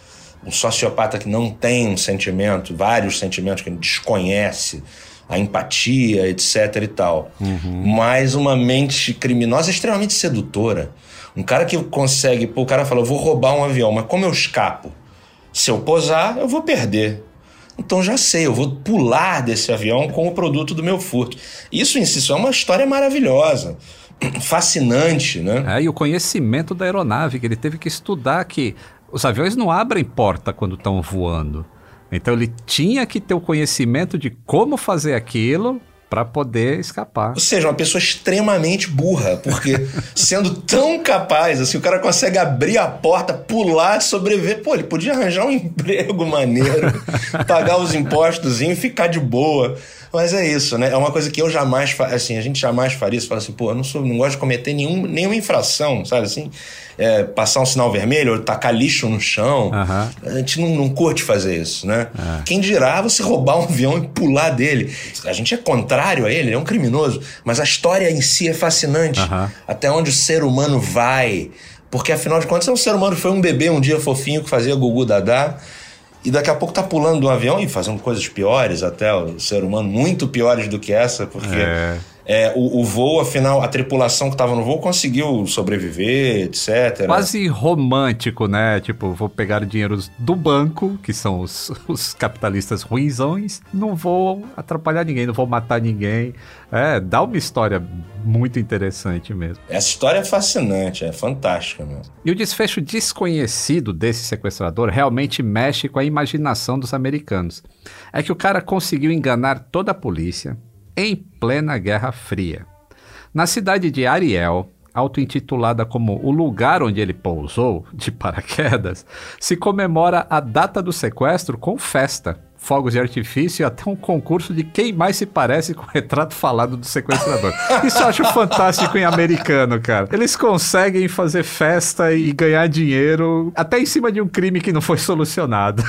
Speaker 3: um sociopata que não tem um sentimento, vários sentimentos que ele desconhece, a empatia, etc e tal. Uhum. Mas uma mente criminosa é extremamente sedutora. Um cara que consegue... Pô, o cara fala, eu vou roubar um avião, mas como eu escapo? Se eu posar, eu vou perder. Então já sei, eu vou pular desse avião com o produto do meu furto. Isso em si é uma história maravilhosa, fascinante, né?
Speaker 1: É, e o conhecimento da aeronave, que ele teve que estudar que os aviões não abrem porta quando estão voando. Então ele tinha que ter o conhecimento de como fazer aquilo para poder escapar.
Speaker 3: Ou seja, uma pessoa extremamente burra, porque sendo tão capaz, assim, o cara consegue abrir a porta, pular, sobreviver. Pô, ele podia arranjar um emprego maneiro, pagar os impostos e ficar de boa. Mas é isso, né? É uma coisa que eu jamais, fa- assim, a gente jamais faria isso. Fala assim, pô, eu não, sou, não gosto de cometer nenhum, nenhuma infração, sabe assim? É, passar um sinal vermelho ou tacar lixo no chão. Uhum. A gente não, não curte fazer isso, né? Uhum. Quem dirá você roubar um avião e pular dele? A gente é contrário a ele, ele é um criminoso. Mas a história em si é fascinante. Uhum. Até onde o ser humano vai. Porque, afinal de contas, o ser humano foi um bebê um dia fofinho que fazia gugu dadá. E daqui a pouco tá pulando de um avião e fazendo coisas piores até, o ser humano, muito piores do que essa, porque é. É, o, o voo, afinal, a tripulação que tava no voo conseguiu sobreviver, etcétera.
Speaker 1: Quase romântico, né? Tipo, vou pegar o dinheiro do banco, que são os, os capitalistas ruinzões, não vou atrapalhar ninguém, não vou matar ninguém. É, dá uma história muito interessante mesmo.
Speaker 3: Essa história é fascinante, é fantástica mesmo.
Speaker 1: E o desfecho desconhecido desse sequestrador realmente mexe com a imaginação dos americanos. É que o cara conseguiu enganar toda a polícia em plena Guerra Fria. Na cidade de Ariel, auto-intitulada como o lugar onde ele pousou, de paraquedas, se comemora a data do sequestro com festa, fogos de artifício e até um concurso de quem mais se parece com o retrato falado do sequestrador. Isso eu acho fantástico em americano, cara. Eles conseguem fazer festa e ganhar dinheiro até em cima de um crime que não foi solucionado.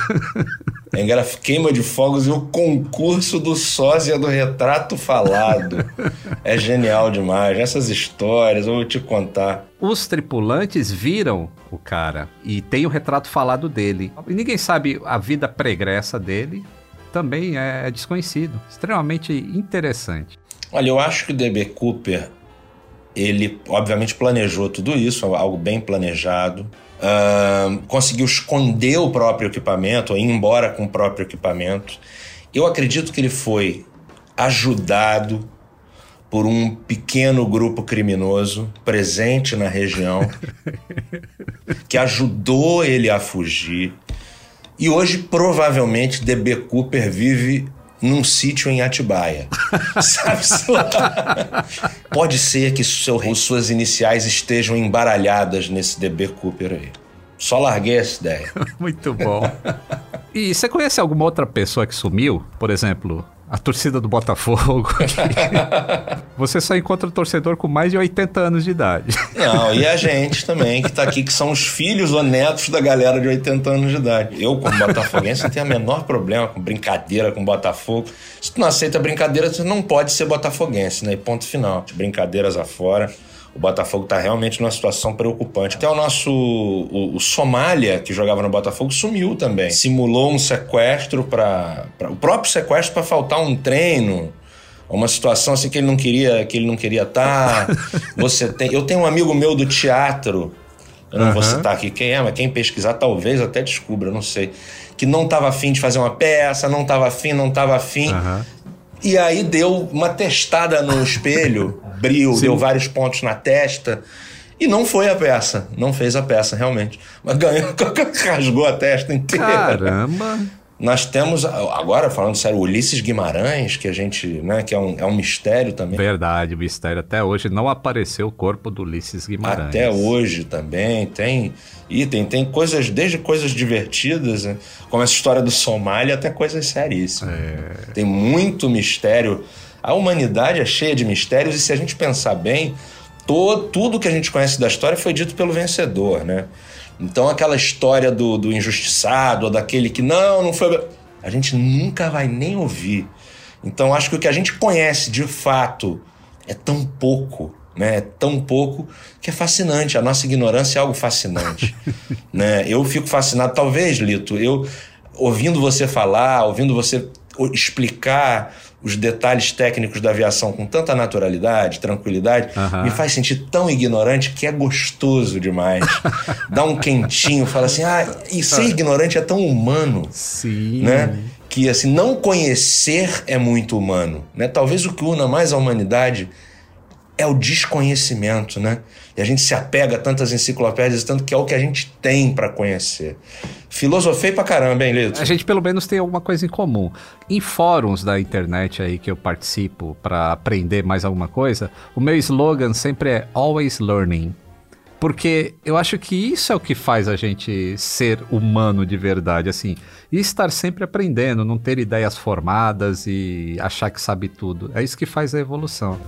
Speaker 3: É engraçado, queima de fogos e o concurso do sósia do retrato falado. É genial demais. Essas histórias, eu vou te contar.
Speaker 1: Os tripulantes viram o cara e tem o retrato falado dele. E ninguém sabe a vida pregressa dele. Também é desconhecido. Extremamente interessante.
Speaker 3: Olha, eu acho que o D B. Cooper, ele obviamente planejou tudo isso, algo bem planejado. Uh, conseguiu esconder o próprio equipamento, ou ir embora com o próprio equipamento. Eu acredito que ele foi ajudado por um pequeno grupo criminoso presente na região que ajudou ele a fugir. E hoje, provavelmente, D B. Cooper vive num sítio em Atibaia. Sabe? Pode ser que seu, suas iniciais estejam embaralhadas nesse D B. Cooper aí. Só larguei essa ideia.
Speaker 1: Muito bom. E você conhece alguma outra pessoa que sumiu? Por exemplo, a torcida do Botafogo. Você só encontra o torcedor com mais de oitenta anos de idade.
Speaker 3: Não, e a gente também, que tá aqui, que são os filhos ou netos da galera de oitenta anos de idade. Eu, como botafoguense, não tenho o menor problema com brincadeira com Botafogo. Se tu não aceita brincadeira, tu não pode ser botafoguense, né? E ponto final. De brincadeiras afora, o Botafogo tá realmente numa situação preocupante. Até o nosso... O, o Somália, que jogava no Botafogo, sumiu também. Simulou um sequestro para... O próprio sequestro para faltar um treino. Uma situação assim que ele não queria que ele não queria estar. Você tem... Eu tenho um amigo meu do teatro, eu não uhum. vou citar aqui quem é, mas quem pesquisar talvez até descubra, eu não sei. Que não estava afim de fazer uma peça, não estava afim, não estava afim. Uhum. E aí deu uma testada no espelho, brilho, Sim. deu vários pontos na testa. E não foi a peça, não fez a peça realmente. Mas ganhou, rasgou a testa inteira.
Speaker 1: Caramba!
Speaker 3: Nós temos, agora falando sério, o Ulisses Guimarães, que a gente, né, que é um, é um mistério também.
Speaker 1: Verdade, mistério. Até hoje não apareceu o corpo do Ulisses Guimarães.
Speaker 3: Até hoje também tem. E tem, tem coisas, desde coisas divertidas, né, como essa história do Somália, até coisas seríssimas. É. Tem muito mistério. A humanidade é cheia de mistérios e se a gente pensar bem, todo, tudo que a gente conhece da história foi dito pelo vencedor, né? Então aquela história do, do injustiçado, ou daquele que não, não foi... A gente nunca vai nem ouvir. Então acho que o que a gente conhece de fato é tão pouco né? É tão pouco que é fascinante. A nossa ignorância é algo fascinante. Né? Eu fico fascinado, talvez, Lito, eu ouvindo você falar, ouvindo você explicar os detalhes técnicos da aviação com tanta naturalidade, tranquilidade, uhum. me faz sentir tão ignorante que é gostoso demais. Dá um quentinho, fala assim, ah, e ser ignorante é tão humano.
Speaker 1: Sim.
Speaker 3: Né? Que assim, não conhecer é muito humano. Né? Talvez o que una mais a humanidade é o desconhecimento, né? E a gente se apega a tantas enciclopédias, tanto que é o que a gente tem para conhecer. Filosofei pra caramba, hein, Lito?
Speaker 1: A gente pelo menos tem alguma coisa em comum. Em fóruns da internet aí que eu participo para aprender mais alguma coisa, o meu slogan sempre é Always Learning. Porque eu acho que isso é o que faz a gente ser humano de verdade, assim. E estar sempre aprendendo, não ter ideias formadas e achar que sabe tudo. É isso que faz a evolução.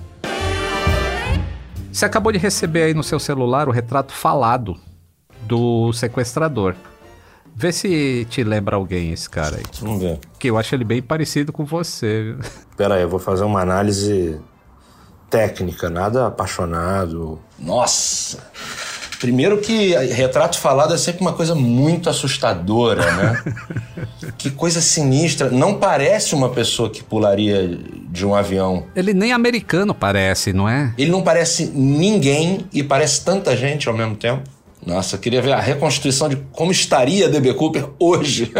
Speaker 1: Você acabou de receber aí no seu celular o retrato falado do sequestrador. Vê se te lembra alguém esse cara aí.
Speaker 3: Vamos ver.
Speaker 1: Que eu acho ele bem parecido com você.
Speaker 3: Pera aí, eu vou fazer uma análise técnica, nada apaixonado. Nossa! Primeiro que retrato falado é sempre uma coisa muito assustadora, né? Que coisa sinistra. Não parece uma pessoa que pularia de um avião.
Speaker 1: Ele nem americano parece, não é?
Speaker 3: Ele não parece ninguém e parece tanta gente ao mesmo tempo. Nossa, eu queria ver a reconstituição de como estaria D B. Cooper hoje.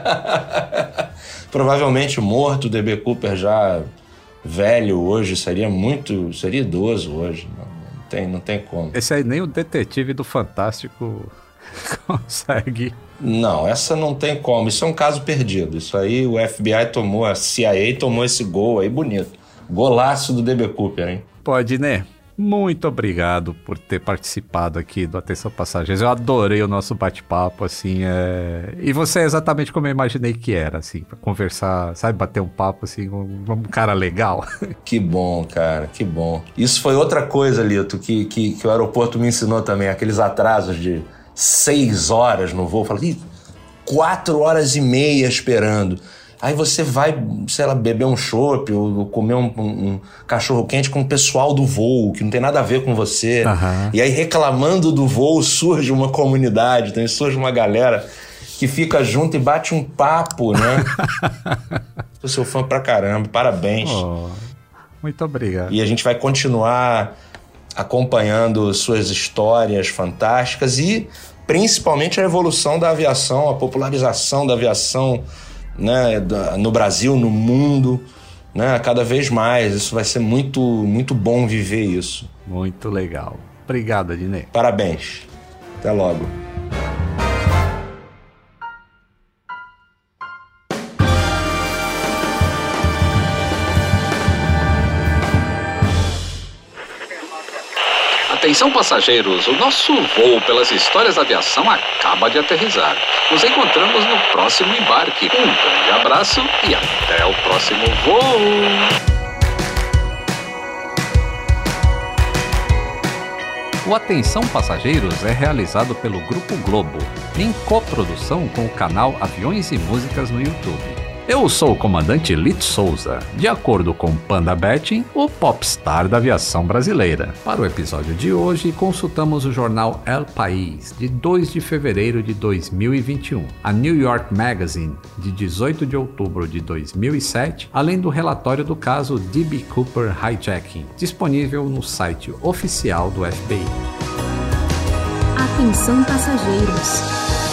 Speaker 3: Provavelmente morto, D B. Cooper já velho hoje, seria muito... seria idoso hoje, não. Tem, não tem como.
Speaker 1: Esse aí nem o detetive do Fantástico consegue.
Speaker 3: Não, essa não tem como. Isso é um caso perdido. Isso aí o F B I tomou, a C I A tomou esse gol aí bonito. Golaço do D B. Cooper, hein?
Speaker 1: Pode, né? Muito obrigado por ter participado aqui do Atenção Passageiros. Eu adorei o nosso bate-papo, assim, é... e você é exatamente como eu imaginei que era, assim, pra conversar, sabe, bater um papo, assim, um, um cara legal.
Speaker 3: Que bom, cara, que bom. Isso foi outra coisa, Lito, que, que, que o aeroporto me ensinou também, aqueles atrasos de seis horas no voo. Eu falei, quatro horas e meia esperando. Aí você vai, sei lá, beber um chopp ou comer um, um, um cachorro-quente com o pessoal do voo, que não tem nada a ver com você. Uhum. E aí, reclamando do voo, surge uma comunidade, então surge uma galera que fica junto e bate um papo, né? Sou seu fã pra caramba, parabéns.
Speaker 1: Oh, muito obrigado.
Speaker 3: E a gente vai continuar acompanhando suas histórias fantásticas e, principalmente, a evolução da aviação, a popularização da aviação, né, no Brasil, no mundo, né, cada vez mais. Isso vai ser muito, muito bom viver isso.
Speaker 1: Muito legal. Obrigado, Adnet.
Speaker 3: Parabéns. Até logo.
Speaker 1: Atenção passageiros, o nosso voo pelas histórias da aviação acaba de aterrissar. Nos encontramos no próximo embarque. Um grande abraço e até o próximo voo! O Atenção Passageiros é realizado pelo Grupo Globo, em coprodução com o canal Aviões e Músicas no YouTube. Eu sou o comandante Lito Souza, de acordo com Panda Betting, o popstar da aviação brasileira. Para o episódio de hoje, consultamos o jornal El País, de dois de fevereiro de dois mil e vinte e um, a New York Magazine, de dezoito de outubro de dois mil e sete, além do relatório do caso D B. Cooper Hijacking, disponível no site oficial do F B I.
Speaker 2: Atenção passageiros.